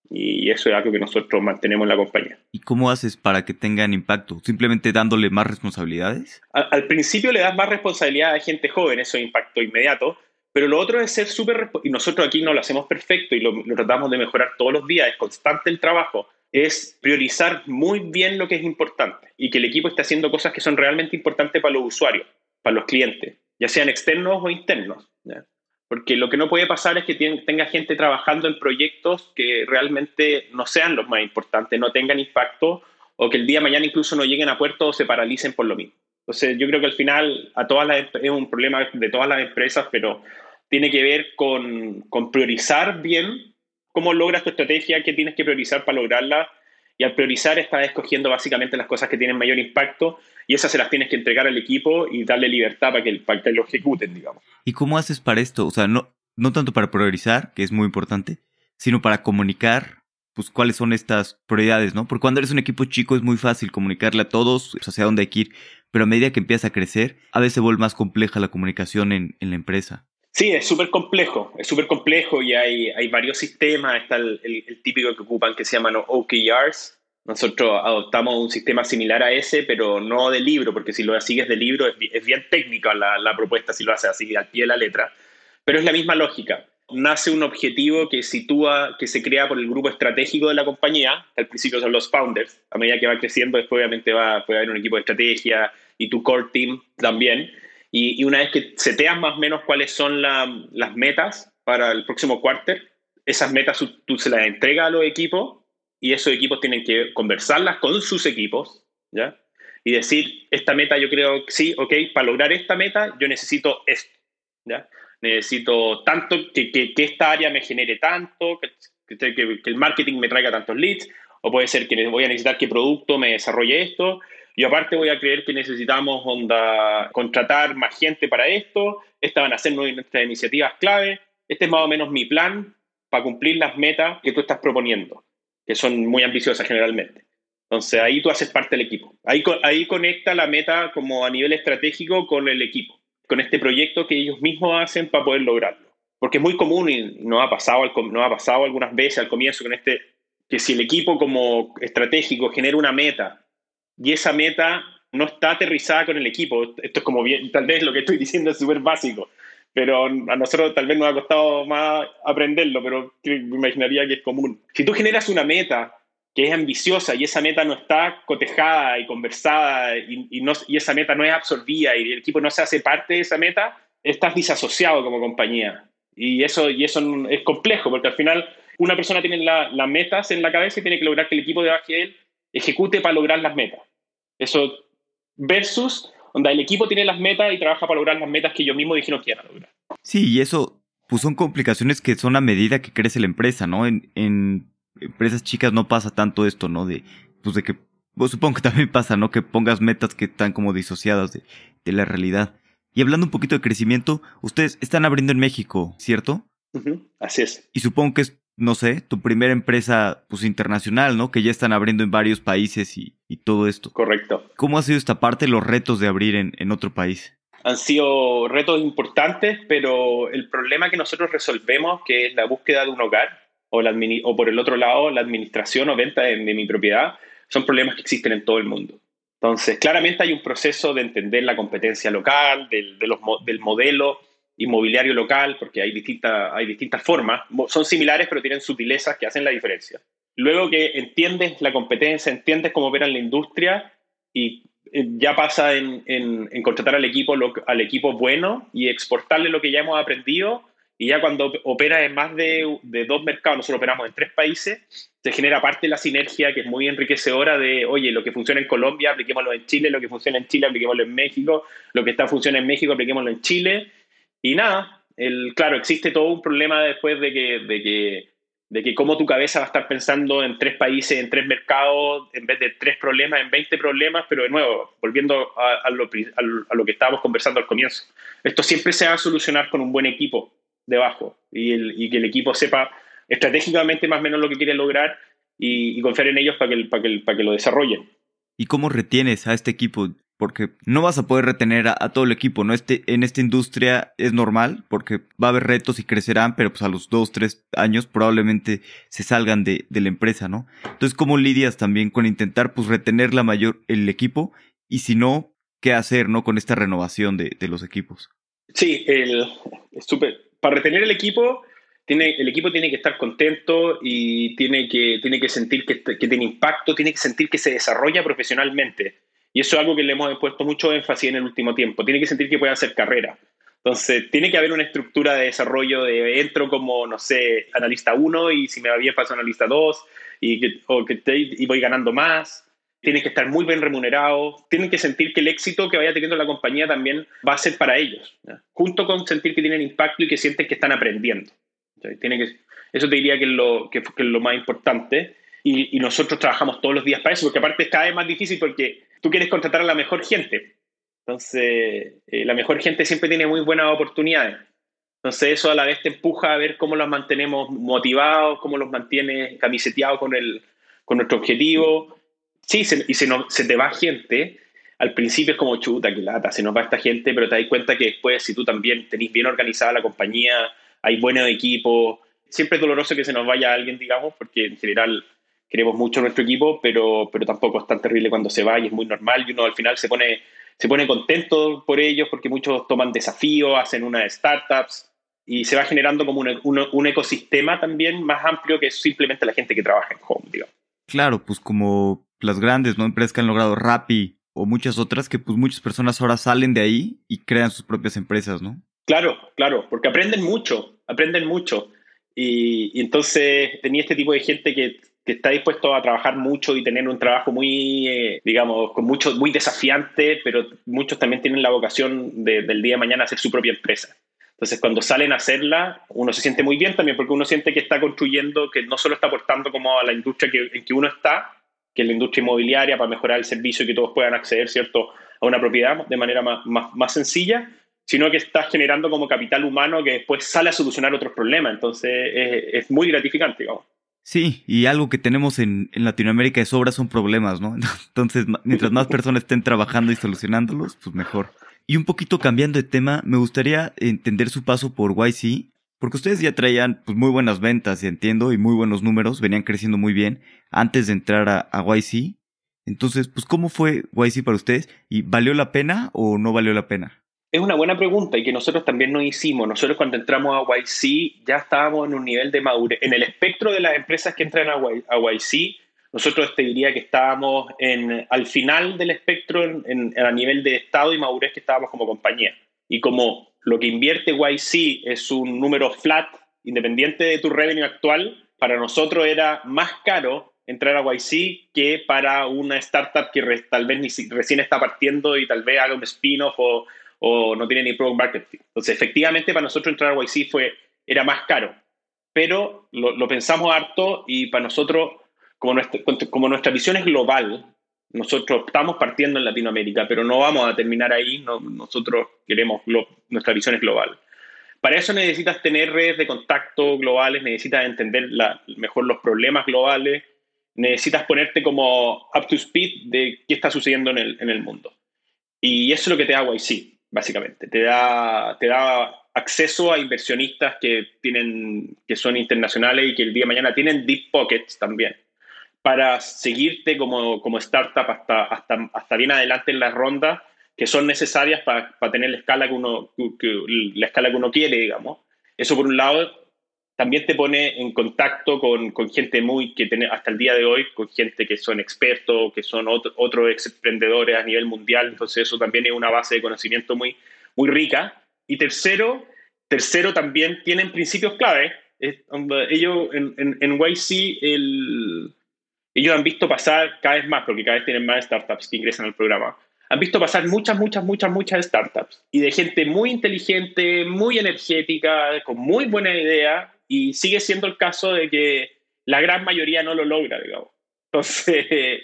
S1: Y eso es algo que nosotros mantenemos en la compañía.
S2: ¿Y cómo haces para que tengan impacto? ¿Simplemente dándole más responsabilidades?
S1: Al principio le das más responsabilidad a gente joven, eso es impacto inmediato, pero lo otro es ser y nosotros aquí no lo hacemos perfecto y lo tratamos de mejorar todos los días, es constante el trabajo, es priorizar muy bien lo que es importante y que el equipo esté haciendo cosas que son realmente importantes para los usuarios, para los clientes, ya sean externos o internos, ¿ya? Porque lo que no puede pasar es que tenga gente trabajando en proyectos que realmente no sean los más importantes, no tengan impacto o que el día de mañana incluso no lleguen a puerto o se paralicen por lo mismo. Entonces yo creo que al final es un problema de todas las empresas, pero tiene que ver con priorizar bien cómo logras tu estrategia, qué tienes que priorizar para lograrla. Y al priorizar estás escogiendo básicamente las cosas que tienen mayor impacto y esas se las tienes que entregar al equipo y darle libertad para que lo ejecuten, digamos.
S2: ¿Y cómo haces para esto? O sea, no tanto para priorizar, que es muy importante, sino para comunicar, pues, cuáles son estas prioridades, ¿no? Porque cuando eres un equipo chico es muy fácil comunicarle a todos, pues, hacia dónde hay que ir, pero a medida que empiezas a crecer, a veces se vuelve más compleja la comunicación en la empresa.
S1: Sí, es súper complejo y hay varios sistemas, está el típico que ocupan que se llaman OKRs. Nosotros adoptamos un sistema similar a ese, pero no de libro, porque si lo sigues de libro es bien técnica la propuesta si lo haces así al pie de la letra, pero es la misma lógica. Nace un objetivo que se crea por el grupo estratégico de la compañía, que al principio son los founders, a medida que va creciendo después obviamente puede haber un equipo de estrategia y tu core team también. Y una vez que seteas más o menos cuáles son las metas para el próximo quarter, esas metas tú se las entregas a los equipos y esos equipos tienen que conversarlas con sus equipos, ¿ya? Y decir, esta meta yo creo que sí, ok, para lograr esta meta yo necesito esto, ¿ya? Necesito tanto, que esta área me genere tanto, que el marketing me traiga tantos leads, o puede ser que voy a necesitar que producto me desarrolle esto, y aparte voy a creer que necesitamos contratar más gente para esto, estas van a ser nuestras iniciativas clave, este es más o menos mi plan para cumplir las metas que tú estás proponiendo, que son muy ambiciosas generalmente. Entonces ahí tú haces parte del equipo. Ahí conecta la meta como a nivel estratégico con el equipo, con este proyecto que ellos mismos hacen para poder lograrlo. Porque es muy común y nos ha pasado algunas veces al comienzo que si el equipo como estratégico genera una meta y esa meta no está aterrizada con el equipo, esto es como bien, tal vez lo que estoy diciendo es súper básico, pero a nosotros tal vez nos ha costado más aprenderlo, pero me imaginaría que es común. Si tú generas una meta que es ambiciosa y esa meta no está cotejada y conversada y esa meta no es absorbida y el equipo no se hace parte de esa meta, estás disasociado como compañía. Y eso es complejo, porque al final una persona tiene las metas en la cabeza y tiene que lograr que el equipo debajo de él ejecute para lograr las metas. Eso versus Onda, el equipo tiene las metas y trabaja para lograr las metas que ellos mismos dijeron que iban a lograr.
S2: Sí, y eso pues son complicaciones que son a medida que crece la empresa, ¿no? En empresas chicas no pasa tanto esto, ¿no? De que, pues, supongo que también pasa, ¿no? Que pongas metas que están como disociadas de la realidad. Y hablando un poquito de crecimiento, ustedes están abriendo en México, ¿cierto?
S1: Así es.
S2: Y supongo que es, no sé, tu primera empresa pues internacional, ¿no? Que ya están abriendo en varios países y todo esto.
S1: Correcto.
S2: ¿Cómo ha sido esta parte, los retos de abrir en otro país?
S1: Han sido retos importantes, pero el problema que nosotros resolvemos, que es la búsqueda de un hogar, o por el otro lado, la administración o venta de mi propiedad, son problemas que existen en todo el mundo. Entonces, claramente hay un proceso de entender la competencia local, del modelo inmobiliario local, porque hay distintas formas. Son similares, pero tienen sutilezas que hacen la diferencia. Luego que entiendes la competencia, entiendes cómo opera la industria y ya pasa en contratar al equipo bueno y exportarle lo que ya hemos aprendido. Y ya cuando opera en más de 2 mercados, nosotros operamos en 3 países, se genera parte de la sinergia que es muy enriquecedora de, oye, lo que funciona en Colombia, apliquémoslo en Chile, lo que funciona en Chile, apliquémoslo en México, lo que funciona en México, apliquémoslo en Chile. Y nada, claro, existe todo un problema después de que cómo tu cabeza va a estar pensando en 3 países, en 3 mercados, en vez de 3 problemas, en 20 problemas, pero de nuevo, volviendo a lo que estábamos conversando al comienzo. Esto siempre se va a solucionar con un buen equipo debajo y que el equipo sepa estratégicamente más o menos lo que quiere lograr y confiar en ellos para que lo desarrollen.
S2: ¿Y cómo retienes a este equipo? Porque no vas a poder retener a todo el equipo, ¿no? En esta industria es normal, porque va a haber retos y crecerán, pero pues a los 2, 3 años probablemente se salgan de la empresa, ¿no? Entonces, ¿cómo lidias también con intentar pues retener el equipo? Y si no, ¿qué hacer, no? Con esta renovación de los equipos.
S1: Sí, para retener el equipo tiene que estar contento y tiene que sentir que tiene impacto, tiene que sentir que se desarrolla profesionalmente. Y eso es algo que le hemos puesto mucho énfasis en el último tiempo. Tiene que sentir que puede hacer carrera. Entonces, tiene que haber una estructura de desarrollo entro como, no sé, analista 1 y si me va bien paso a analista 2 y voy ganando más. Tienen que estar muy bien remunerados. Tienen que sentir que el éxito que vaya teniendo la compañía también va a ser para ellos, ¿ya? Junto con sentir que tienen impacto y que sienten que están aprendiendo. Eso te diría que es lo más importante. Y nosotros trabajamos todos los días para eso, porque aparte es cada vez más difícil porque tú quieres contratar a la mejor gente. Entonces, la mejor gente siempre tiene muy buenas oportunidades. Entonces, eso a la vez te empuja a ver cómo los mantenemos motivados, cómo los mantiene camiseteados con nuestro objetivo. Sí, se te va gente. Al principio es como chuta, que lata, se nos va esta gente, pero te das cuenta que después, si tú también tenés bien organizada la compañía, hay buenos equipos. Siempre es doloroso que se nos vaya alguien, digamos, porque en general queremos mucho nuestro equipo, pero tampoco es tan terrible cuando se va y es muy normal y uno al final se pone contento por ellos porque muchos toman desafíos, hacen unas startups y se va generando como un ecosistema también más amplio que simplemente la gente que trabaja en Home, digamos.
S2: Claro, pues como las grandes, ¿no? Empresas que han logrado Rappi o muchas otras que pues muchas personas ahora salen de ahí y crean sus propias empresas, ¿no?
S1: Claro, porque aprenden mucho. Y entonces tenía este tipo de gente que está dispuesto a trabajar mucho y tener un trabajo muy, digamos, muy desafiante, pero muchos también tienen la vocación del día de mañana hacer su propia empresa. Entonces, cuando salen a hacerla, uno se siente muy bien también, porque uno siente que está construyendo, que no solo está aportando como a la industria en que uno está, que es la industria inmobiliaria, para mejorar el servicio y que todos puedan acceder, ¿cierto?, a una propiedad de manera más sencilla, sino que está generando como capital humano que después sale a solucionar otros problemas. Entonces, es muy gratificante, digamos.
S2: Sí, y algo que tenemos en Latinoamérica de sobra son problemas, ¿no? Entonces, mientras más personas estén trabajando y solucionándolos, pues mejor. Y un poquito cambiando de tema, me gustaría entender su paso por YC, porque ustedes ya traían pues muy buenas ventas, entiendo, y muy buenos números, venían creciendo muy bien antes de entrar a YC. Entonces, pues, ¿cómo fue YC para ustedes? ¿Y valió la pena o no valió la pena?
S1: Es una buena pregunta y que nosotros también nos hicimos. Nosotros cuando entramos a YC ya estábamos en un nivel de madurez. En el espectro de las empresas que entran a YC, nosotros te diría que estábamos al final del espectro a nivel de estado y madurez que estábamos como compañía. Y como lo que invierte YC es un número flat, independiente de tu revenue actual, para nosotros era más caro entrar a YC que para una startup que tal vez recién está partiendo y tal vez haga un spin-off o no tiene ni product market fit. Entonces, efectivamente, para nosotros entrar a YC era más caro, pero lo pensamos harto y para nosotros, como nuestra visión es global, nosotros estamos partiendo en Latinoamérica, pero no vamos a terminar ahí, nosotros nuestra visión es global. Para eso necesitas tener redes de contacto globales, necesitas entender mejor los problemas globales, necesitas ponerte como up to speed de qué está sucediendo en el mundo. Y eso es lo que te da YC, básicamente. Te da acceso a inversionistas que son internacionales y que el día de mañana tienen deep pockets también, para seguirte como startup hasta bien adelante en las rondas que son necesarias para tener la escala la escala que uno quiere, digamos. Eso por un lado también te pone en contacto con gente hasta el día de hoy, con gente que son expertos, que son otros emprendedores a nivel mundial. Entonces eso también es una base de conocimiento muy, muy rica. Y tercero también tienen principios clave. Ellos en YC, ellos han visto pasar cada vez más, porque cada vez tienen más startups que ingresan al programa. Han visto pasar muchas startups y de gente muy inteligente, muy energética, con muy buena idea, y sigue siendo el caso de que la gran mayoría no lo logra, digamos. Entonces,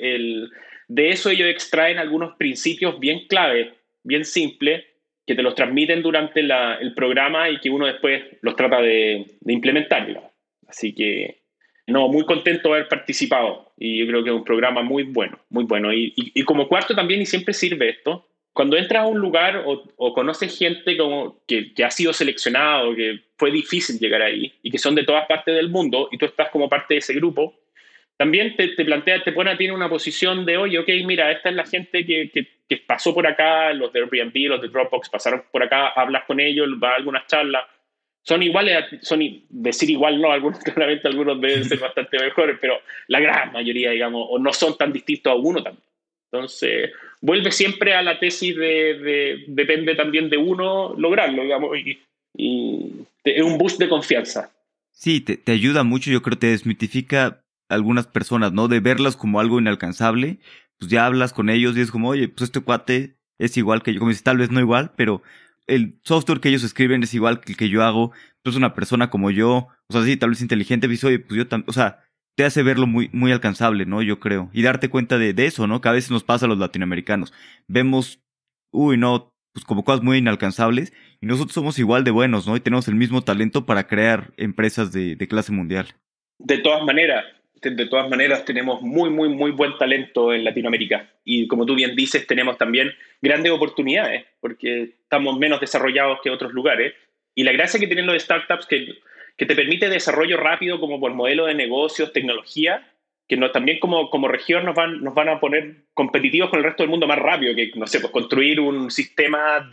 S1: de eso ellos extraen algunos principios bien claves, bien simples, que te los transmiten durante el programa y que uno después los trata de implementar, digamos. Así que no, muy contento de haber participado y yo creo que es un programa muy bueno, muy bueno. Y como cuarto también, y siempre sirve esto, cuando entras a un lugar o conoces gente que ha sido seleccionado, que fue difícil llegar ahí y que son de todas partes del mundo y tú estás como parte de ese grupo, también te pone a ti en una posición de, oye, ok, mira, esta es la gente que pasó por acá, los de Airbnb, los de Dropbox pasaron por acá, hablas con ellos, vas a algunas charlas. Son iguales, decir igual no, claramente algunos deben ser bastante mejores, pero la gran mayoría, digamos, o no son tan distintos a uno también. Entonces, vuelve siempre a la tesis depende también de uno lograrlo, digamos, y es un boost de confianza.
S2: Sí, te ayuda mucho, yo creo que te desmitifica a algunas personas, ¿no? De verlas como algo inalcanzable, pues ya hablas con ellos y es como, oye, pues este cuate es igual que yo, como dices, tal vez no igual, pero el software que ellos escriben es igual que el que yo hago, pues una persona como yo, o sea, sí, tal vez inteligente, pues oye, pues yo también, o sea, te hace verlo muy, muy alcanzable, ¿no? Yo creo. Y darte cuenta de eso, ¿no? Que a veces nos pasa a los latinoamericanos. Vemos, no, pues como cosas muy inalcanzables, y nosotros somos igual de buenos, ¿no? Y tenemos el mismo talento para crear empresas de clase mundial.
S1: De todas maneras tenemos muy, muy, muy buen talento en Latinoamérica. Y como tú bien dices, tenemos también grandes oportunidades, porque estamos menos desarrollados que otros lugares. Y la gracia que tienen los startups que te permite desarrollo rápido como por modelo de negocios, tecnología, que también como región nos van a poner competitivos con el resto del mundo más rápido, que, no sé, pues construir un sistema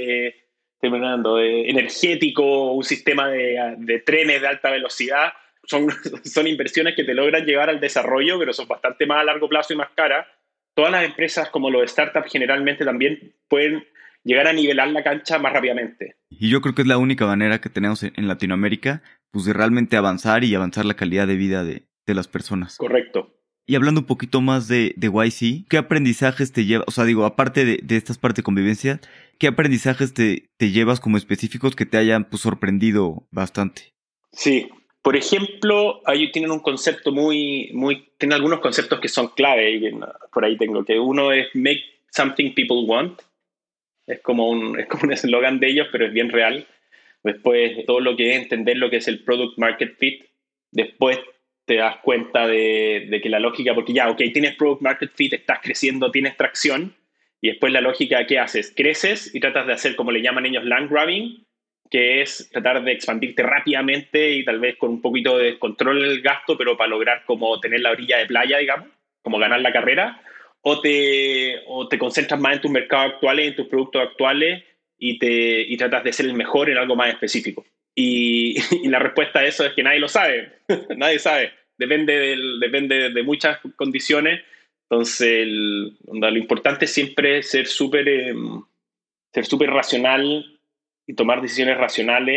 S1: energético, un sistema de trenes de alta velocidad. Son inversiones que te logran llevar al desarrollo, pero son bastante más a largo plazo y más caras. Todas las empresas, como los startups, generalmente también pueden llegar a nivelar la cancha más rápidamente.
S2: Y yo creo que es la única manera que tenemos en Latinoamérica, pues de realmente avanzar y avanzar la calidad de vida de las personas.
S1: Correcto.
S2: Y hablando un poquito más de YC, ¿qué aprendizajes te llevas? O sea, digo, aparte de estas partes de convivencia, ¿qué aprendizajes te llevas como específicos que te hayan pues sorprendido bastante?
S1: Sí. Por ejemplo, ahí tienen un concepto tienen algunos conceptos que son clave, y por ahí tengo, que uno es make something people want. Es como un eslogan de ellos, pero es bien real. Después, todo lo que es entender lo que es el product market fit. Después te das cuenta de que la lógica, porque ya, ok, tienes product market fit, estás creciendo, tienes tracción, y después la lógica, ¿qué haces? Creces y tratas de hacer, como le llaman ellos, land grabbing, que es tratar de expandirte rápidamente y tal vez con un poquito de control en el gasto, pero para lograr como tener la orilla de playa, digamos, como ganar la carrera, o te concentras más en tus mercados actuales, en tus productos actuales y tratas de ser el mejor en algo más específico. Y la respuesta a eso es que nadie lo sabe, nadie sabe, depende de muchas condiciones. Entonces, lo importante es siempre ser súper racional y tomar decisiones racionales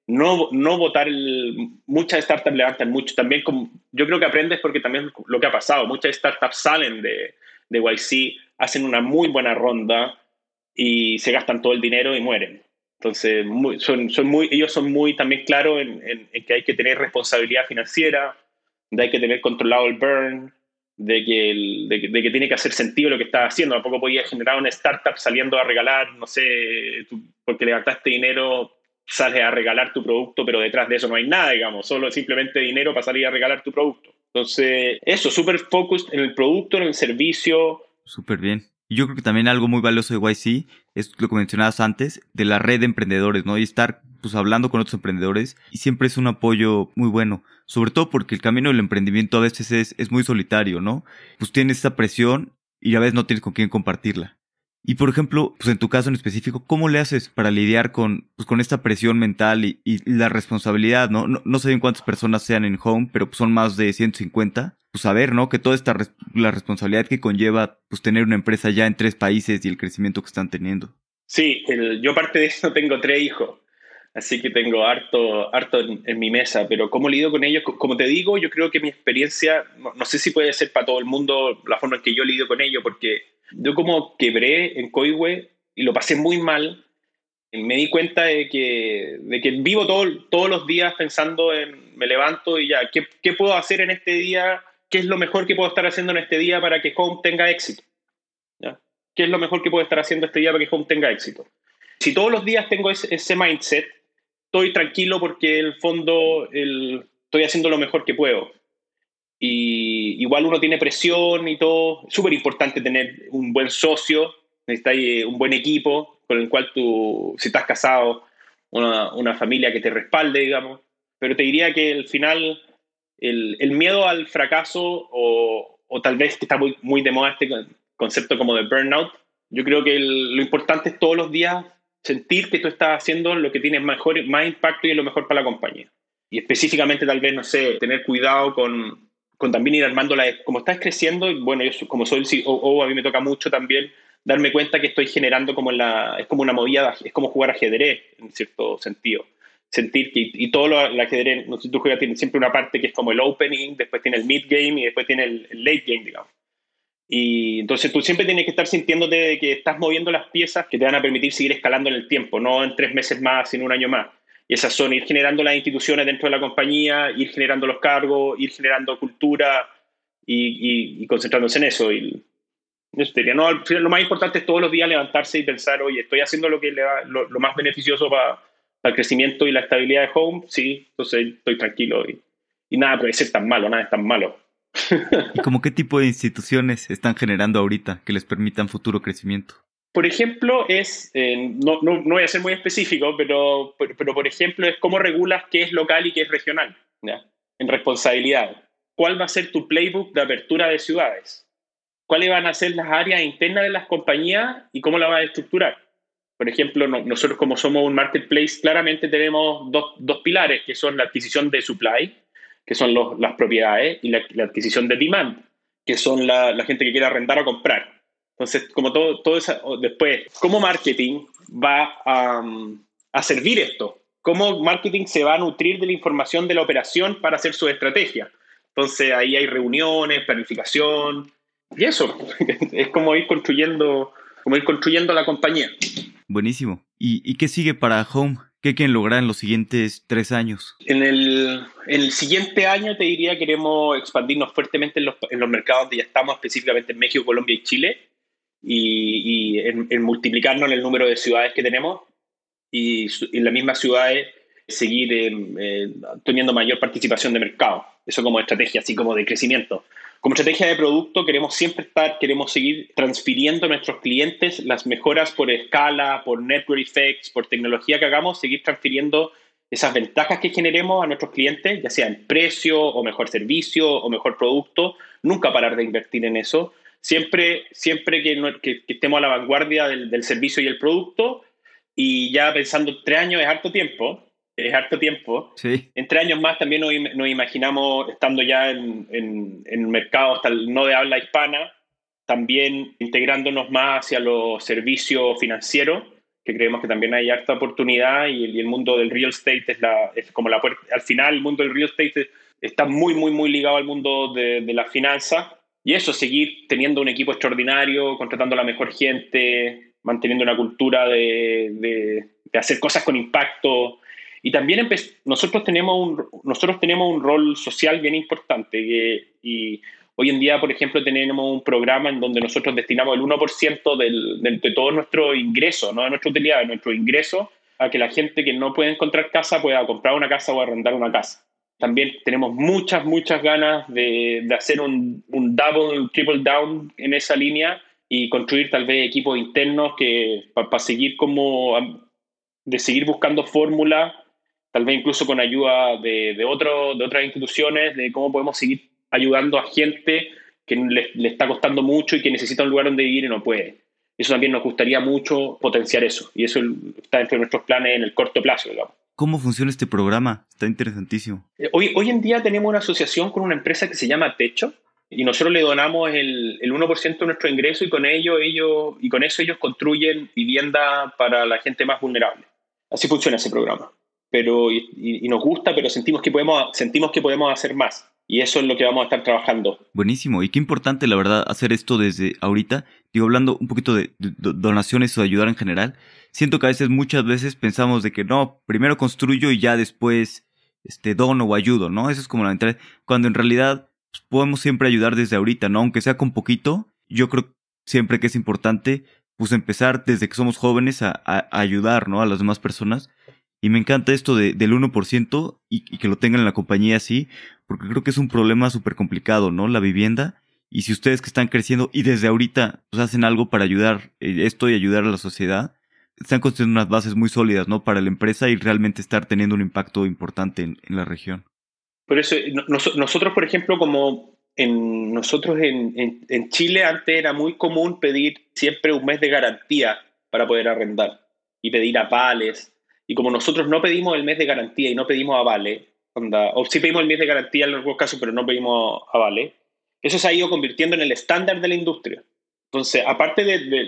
S1: no votar muchas startups levantan mucho. También yo creo que aprendes porque también lo que ha pasado, muchas startups salen de YC, hacen una muy buena ronda y se gastan todo el dinero y mueren. Entonces, ellos son muy también claros en que hay que tener responsabilidad financiera, de hay que tener controlado el burn, de que tiene que hacer sentido lo que estás haciendo. Tampoco podías generar una startup saliendo a regalar, no sé, porque levantaste dinero, sales a regalar tu producto, pero detrás de eso no hay nada, digamos, solo simplemente dinero para salir a regalar tu producto. Entonces, eso, súper focused en el producto, en el servicio.
S2: Súper bien. Y yo creo que también algo muy valioso de YC es lo que mencionabas antes, de la red de emprendedores, ¿no? Y estar pues hablando con otros emprendedores y siempre es un apoyo muy bueno, sobre todo porque el camino del emprendimiento a veces es muy solitario, ¿no? Pues tienes esa presión y a veces no tienes con quién compartirla. Y por ejemplo, pues en tu caso en específico, ¿cómo le haces para lidiar con esta presión mental y la responsabilidad, ¿no? No sé bien cuántas personas sean en Home, pero pues son más de 150. Pues saber, ¿no? Que toda la responsabilidad que conlleva pues tener una empresa ya en 3 países y el crecimiento que están teniendo.
S1: Sí, yo aparte de eso tengo 3 hijos, así que tengo harto en mi mesa, pero ¿cómo lidio con ellos? Como te digo, yo creo que mi experiencia, no sé si puede ser para todo el mundo la forma en que yo lidio con ellos, porque yo como quebré en Coihue y lo pasé muy mal, y me di cuenta de que vivo todos los días pensando me levanto y ya, ¿qué puedo hacer en este día? ¿Qué es lo mejor que puedo estar haciendo en este día para que Home tenga éxito? ¿Ya? ¿Qué es lo mejor que puedo estar haciendo este día para que Home tenga éxito? Si todos los días tengo ese mindset, estoy tranquilo porque en el fondo estoy haciendo lo mejor que puedo. Y igual uno tiene presión y todo. Súper importante tener un buen socio, necesitas un buen equipo con el cual tú, si estás casado, una familia que te respalde, digamos. Pero te diría que al final el miedo al fracaso o tal vez que está muy de moda este concepto como de burnout, yo creo que lo importante es todos los días sentir que tú estás haciendo lo que tiene más impacto y es lo mejor para la compañía. Y específicamente tal vez, no sé, tener cuidado con también ir armando como estás creciendo, y bueno, yo como soy el COO, a mí me toca mucho también darme cuenta que estoy generando es como una movida, es como jugar ajedrez en cierto sentido. Sentir que, y todo el ajedrez, no sé si tú juegas, tiene siempre una parte que es como el opening, después tiene el mid game y después tiene el late game, digamos. Y entonces tú siempre tienes que estar sintiéndote de que estás moviendo las piezas que te van a permitir seguir escalando en el tiempo, no en 3 meses más, sino un año más. Y esas son ir generando las instituciones dentro de la compañía, ir generando los cargos, ir generando cultura y concentrándose en eso. Y eso diría, no, al final lo más importante es todos los días levantarse y pensar, oye, estoy haciendo lo que le da lo más beneficioso para el crecimiento y la estabilidad de Home, sí, entonces estoy tranquilo y nada puede ser tan malo, nada es tan malo.
S2: ¿Y como qué tipo de instituciones están generando ahorita que les permitan futuro crecimiento?
S1: Por ejemplo, no voy a ser muy específico, pero por ejemplo es cómo regulas qué es local y qué es regional, ¿ya? En responsabilidad. ¿Cuál va a ser tu playbook de apertura de ciudades? ¿Cuáles van a ser las áreas internas de las compañías y cómo la vas a estructurar? Por ejemplo, nosotros como somos un marketplace, claramente tenemos dos pilares, que son la adquisición de supply, que son las propiedades, y la adquisición de demand, que son la gente que quiere arrendar o comprar. Entonces, como todo eso, después, ¿cómo marketing va a servir esto? ¿Cómo marketing se va a nutrir de la información de la operación para hacer su estrategia? Entonces, ahí hay reuniones, planificación, y eso, es como ir construyendo la compañía.
S2: Buenísimo. ¿Y qué sigue para Home? ¿Qué quieren lograr en los siguientes 3 años?
S1: En el siguiente año, te diría, queremos expandirnos fuertemente en los mercados donde ya estamos, específicamente en México, Colombia y Chile, y en multiplicarnos en el número de ciudades que tenemos y en las mismas ciudades seguir teniendo mayor participación de mercado. Eso como estrategia, así como de crecimiento. Como estrategia de producto queremos seguir transfiriendo a nuestros clientes las mejoras por escala, por network effects, por tecnología que hagamos, seguir transfiriendo esas ventajas que generemos a nuestros clientes, ya sea en precio o mejor servicio o mejor producto, nunca parar de invertir en eso. Siempre que estemos a la vanguardia del servicio y el producto, y ya pensando 3 años es harto tiempo.
S2: Sí.
S1: En 3 años más también nos imaginamos estando ya en mercados no de habla hispana, también integrándonos más hacia los servicios financieros que creemos que también hay harta oportunidad y el mundo del real estate es como la puerta. Al final, el mundo del real estate está muy, muy, muy ligado al mundo de la finanza. Y eso, seguir teniendo un equipo extraordinario, contratando a la mejor gente, manteniendo una cultura de hacer cosas con impacto. Y también nosotros tenemos un rol social bien importante. Y hoy en día, por ejemplo, tenemos un programa en donde nosotros destinamos el 1% de todo nuestro ingreso, no de nuestra utilidad, de nuestro ingreso, a que la gente que no puede encontrar casa pueda comprar una casa o arrendar una casa. También tenemos muchas, muchas ganas de hacer un double, triple down en esa línea y construir tal vez equipos internos que para seguir de seguir buscando fórmulas, tal vez incluso con ayuda de otras instituciones, de cómo podemos seguir ayudando a gente que le está costando mucho y que necesita un lugar donde vivir y no puede. Eso también nos gustaría mucho potenciar eso, y eso está dentro de nuestros planes en el corto plazo, digamos.
S2: ¿Cómo funciona este programa? Está interesantísimo.
S1: Hoy en día tenemos una asociación con una empresa que se llama Techo y nosotros le donamos el 1% de nuestro ingreso y con eso ellos construyen vivienda para la gente más vulnerable. Así funciona ese programa. Y nos gusta, pero sentimos que podemos hacer más. Y eso es lo que vamos a estar trabajando.
S2: Buenísimo. Y qué importante, la verdad, hacer esto desde ahorita. Digo, hablando un poquito de donaciones o de ayudar en general, siento que muchas veces pensamos de que no, primero construyo y ya después dono o ayudo, ¿no? Eso es como la mentalidad. Cuando en realidad pues, podemos siempre ayudar desde ahorita, ¿no? Aunque sea con poquito, yo creo siempre que es importante pues empezar desde que somos jóvenes a ayudar, ¿no? A las demás personas. Y me encanta esto del 1% y que lo tengan en la compañía así, porque creo que es un problema súper complicado, ¿no? La vivienda. Y si ustedes que están creciendo y desde ahorita pues hacen algo para ayudar esto y ayudar a la sociedad, están construyendo unas bases muy sólidas, ¿no? Para la empresa y realmente estar teniendo un impacto importante en la región.
S1: Por eso, nosotros, por ejemplo, en Chile antes era muy común pedir siempre un mes de garantía para poder arrendar y pedir avales. Y como nosotros no pedimos el mes de garantía y no pedimos avales, o sí pedimos el mes de garantía en algunos casos, pero no pedimos avales, eso se ha ido convirtiendo en el estándar de la industria. Entonces, aparte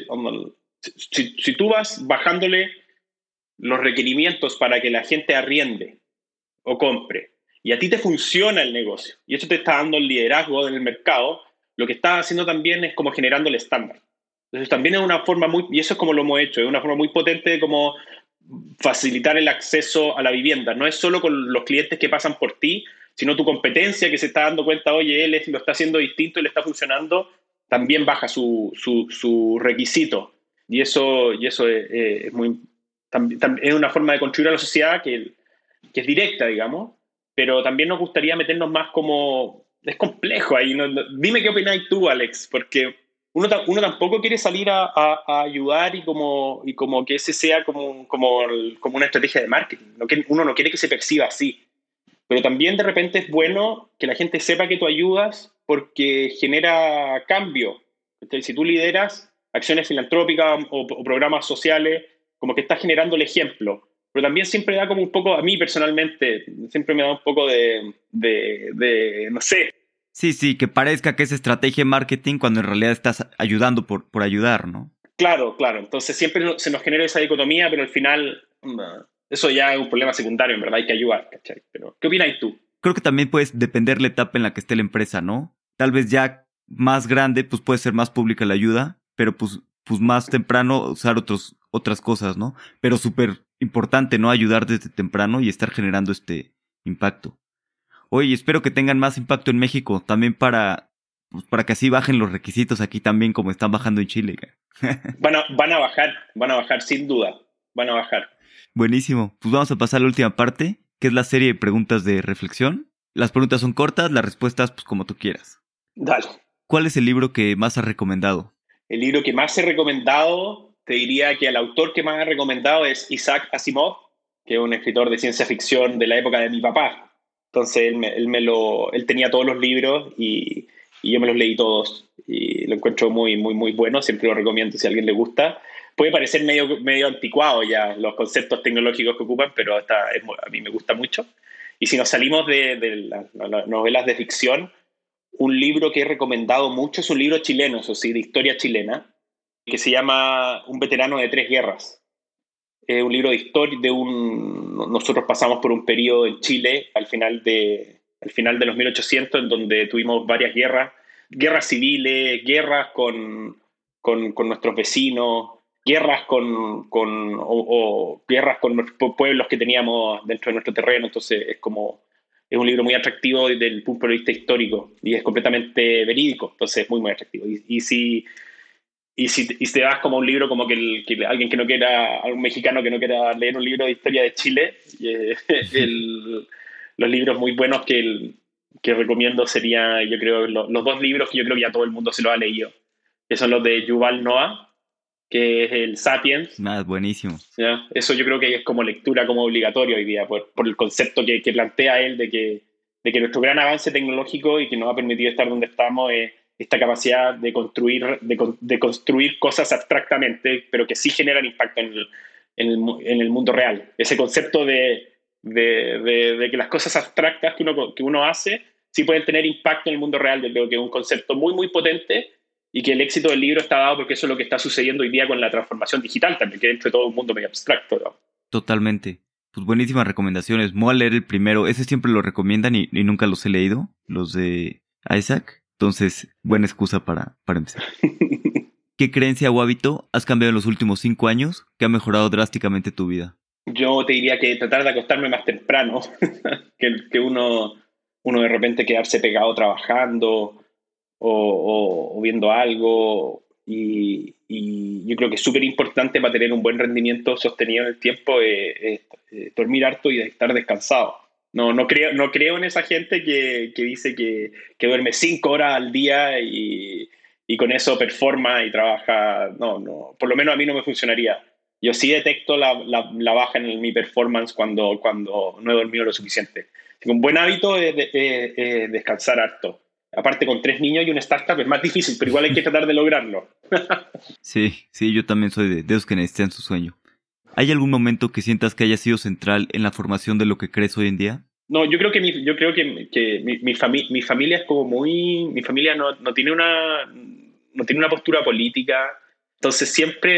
S1: si tú vas bajándole los requerimientos para que la gente arriende o compre, y a ti te funciona el negocio, y eso te está dando el liderazgo en el mercado, lo que estás haciendo también es como generando el estándar. Entonces también es una forma y eso es como lo hemos hecho, es una forma muy potente de como facilitar el acceso a la vivienda. No es solo con los clientes que pasan por ti, sino tu competencia que se está dando cuenta, oye, él lo está haciendo distinto y le está funcionando, también baja su requisito. Y eso es muy... es una forma de construir a la sociedad que es directa, digamos, pero también nos gustaría meternos más como... Es complejo ahí. Dime qué opináis tú, Alex, porque uno tampoco quiere salir a ayudar y como que ese sea como una estrategia de marketing. Uno no quiere que se perciba así. Pero también de repente es bueno que la gente sepa que tú ayudas porque genera cambio. Entonces, si tú lideras acciones filantrópicas o programas sociales, como que estás generando el ejemplo. Pero también siempre da como un poco, a mí personalmente, siempre me da un poco de no sé.
S2: Sí, que parezca que es estrategia de marketing cuando en realidad estás ayudando por ayudar, ¿no?
S1: Claro. Entonces siempre se nos genera esa dicotomía, pero al final eso ya es un problema secundario, en verdad hay que ayudar, ¿cachai? Pero, ¿qué opinas tú?
S2: Creo que también puedes depender la etapa en la que esté la empresa, ¿no? Tal vez ya más grande, pues puede ser más pública la ayuda, pero pues más temprano usar otras cosas, ¿no? Pero súper importante, ¿no? Ayudar desde temprano y estar generando este impacto. Oye, espero que tengan más impacto en México, también para que así bajen los requisitos aquí también como están bajando en Chile.
S1: Van a bajar sin duda, van a bajar.
S2: Buenísimo, pues vamos a pasar a la última parte, que es la serie de preguntas de reflexión. Las preguntas son cortas, las respuestas pues como tú quieras.
S1: Dale.
S2: ¿Cuál es el libro que más has recomendado?
S1: El libro que más he recomendado, te diría que el autor que más he recomendado es Isaac Asimov, que es un escritor de ciencia ficción de la época de mi papá. Entonces él tenía todos los libros y yo me los leí todos y lo encuentro muy, muy, muy bueno. Siempre lo recomiendo si a alguien le gusta. Puede parecer medio anticuado ya los conceptos tecnológicos que ocupan, pero a mí me gusta mucho. Y si nos salimos de las novelas de ficción, un libro que he recomendado mucho es un libro chileno, eso sí, de historia chilena, que se llama Un veterano de tres guerras. Es un libro de historia nosotros pasamos por un periodo en Chile al final de los 1800 en donde tuvimos varias guerras civiles, guerras con nuestros vecinos, guerras o guerras con los pueblos que teníamos dentro de nuestro terreno. Entonces es un libro muy atractivo desde el punto de vista histórico y es completamente verídico, entonces es muy, muy atractivo. Y si te vas como a un libro como que alguien que no quiera, algún mexicano que no quiera leer un libro de historia de Chile, los libros muy buenos que recomiendo serían, yo creo, los dos libros que yo creo que ya todo el mundo se lo ha leído, que son los de Yuval Noah, que es el Sapiens.
S2: Buenísimo.
S1: ¿Ya? Eso yo creo que es como lectura como obligatoria hoy día, por el concepto que plantea él de que nuestro gran avance tecnológico y que nos ha permitido estar donde estamos es esta capacidad de construir cosas abstractamente, pero que sí generan impacto en el mundo real. Ese concepto de que las cosas abstractas que uno hace sí pueden tener impacto en el mundo real. Yo creo que es un concepto muy, muy potente y que el éxito del libro está dado porque eso es lo que está sucediendo hoy día con la transformación digital también, que dentro de todo un mundo medio abstracto, ¿no?
S2: Totalmente. Pues buenísimas recomendaciones. Me voy a leer el primero. Ese siempre lo recomiendan y nunca los he leído, los de Isaac. Entonces, buena excusa para empezar. ¿Qué creencia o hábito has cambiado en los últimos 5 años que ha mejorado drásticamente tu vida?
S1: Yo te diría que tratar de acostarme más temprano, que uno de repente quedarse pegado trabajando o viendo algo. Y yo creo que es súper importante para tener un buen rendimiento sostenido en el tiempo dormir harto y estar descansado. No creo en esa gente que dice que duerme 5 horas al día y con eso performa y trabaja. No, por lo menos a mí no me funcionaría. Yo sí detecto la baja en mi performance cuando no he dormido lo suficiente. Así que un buen hábito es descansar harto. Aparte, con 3 niños y una startup es más difícil, pero igual hay que tratar de lograrlo.
S2: Sí, yo también soy de esos que necesitan su sueño. ¿Hay algún momento que sientas que haya sido central en la formación de lo que crees hoy en día?
S1: No, yo creo que mi familia es como muy... Mi familia no tiene una postura política. Entonces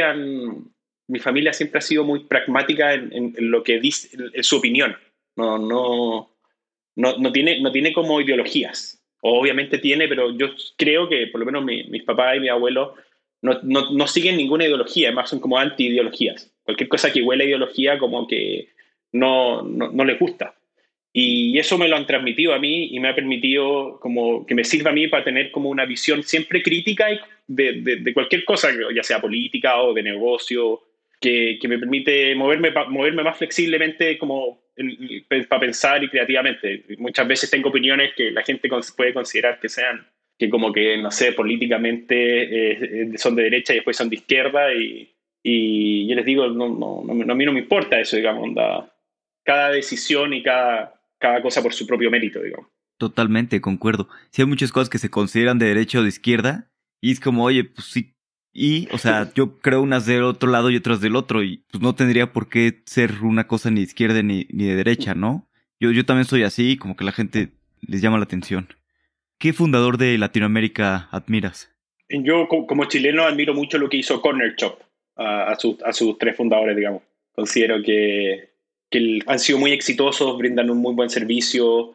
S1: mi familia siempre ha sido muy pragmática en lo que dice, en su opinión. No tiene como ideologías. Obviamente tiene, pero yo creo que por lo menos mis papás y mis abuelos no siguen ninguna ideología, además son como anti-ideologías. Cualquier cosa que huela a ideología como que no les gusta. Y eso me lo han transmitido a mí y me ha permitido como que me sirva a mí para tener como una visión siempre crítica de cualquier cosa, ya sea política o de negocio, que me permite moverme más flexiblemente como para pensar y creativamente. Muchas veces tengo opiniones que la gente puede considerar que como que, no sé, políticamente son de derecha y después son de izquierda y yo les digo, a mí no me importa eso, digamos, cada decisión y cada cosa por su propio mérito, digamos.
S2: Totalmente, concuerdo. Sí hay muchas cosas que se consideran de derecha o de izquierda y es como, oye, pues sí. Y, o sea, yo creo unas del otro lado y otras del otro y pues no tendría por qué ser una cosa ni de izquierda ni de derecha, ¿no? Yo también soy así, como que la gente les llama la atención. ¿Qué fundador de Latinoamérica admiras?
S1: Yo, como chileno, admiro mucho lo que hizo Corner Shop a sus 3 fundadores, digamos. Considero que han sido muy exitosos, brindan un muy buen servicio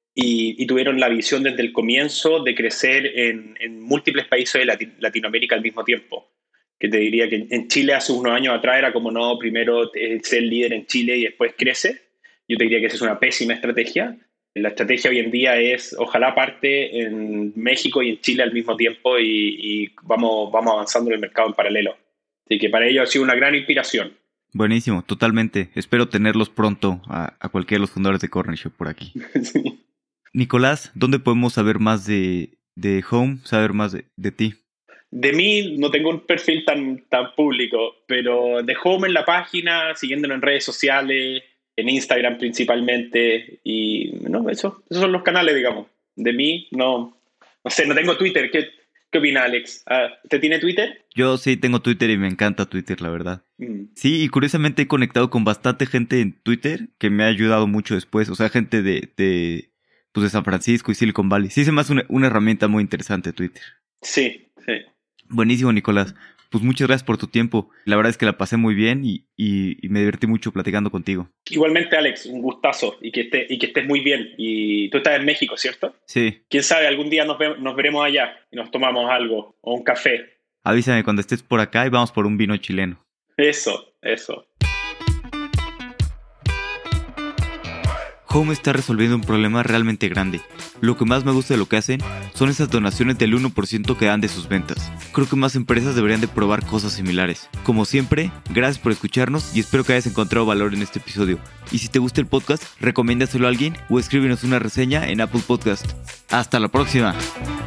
S1: y tuvieron la visión desde el comienzo de crecer en múltiples países de Latinoamérica al mismo tiempo. Que te diría que en Chile hace unos años atrás era como no, primero ser líder en Chile y después crece. Yo te diría que esa es una pésima estrategia. La estrategia hoy en día es, ojalá parte en México y en Chile al mismo tiempo y vamos avanzando en el mercado en paralelo. Así que para ello ha sido una gran inspiración.
S2: Buenísimo, totalmente. Espero tenerlos pronto a cualquiera de los fundadores de Corner Shop por aquí.
S1: Sí.
S2: Nicolás, ¿dónde podemos saber más de Home, saber más de ti?
S1: De mí no tengo un perfil tan público, pero de Home en la página, siguiéndolo en redes sociales, en Instagram principalmente, y no, esos son los canales, digamos. De mí, no sé, no tengo Twitter. ¿Qué opina Alex? ¿Usted tiene Twitter?
S2: Yo sí tengo Twitter y me encanta Twitter, la verdad. Sí, y curiosamente he conectado con bastante gente en Twitter que me ha ayudado mucho después. O sea, gente de San Francisco y Silicon Valley. Sí, se me hace una herramienta muy interesante Twitter.
S1: Sí.
S2: Buenísimo, Nicolás. pues muchas gracias por tu tiempo. La verdad es que la pasé muy bien y me divertí mucho platicando contigo.
S1: Igualmente, Alex, un gustazo y que estés muy bien. Y tú estás en México, ¿cierto?
S2: Sí.
S1: Quién sabe, algún día nos veremos allá y nos tomamos algo o un café.
S2: Avísame cuando estés por acá y vamos por un vino chileno.
S1: Eso.
S2: Home está resolviendo un problema realmente grande. Lo que más me gusta de lo que hacen son esas donaciones del 1% que dan de sus ventas. Creo que más empresas deberían de probar cosas similares. Como siempre, gracias por escucharnos y espero que hayas encontrado valor en este episodio. Y si te gusta el podcast, recomiéndaselo a alguien o escríbenos una reseña en Apple Podcast. ¡Hasta la próxima!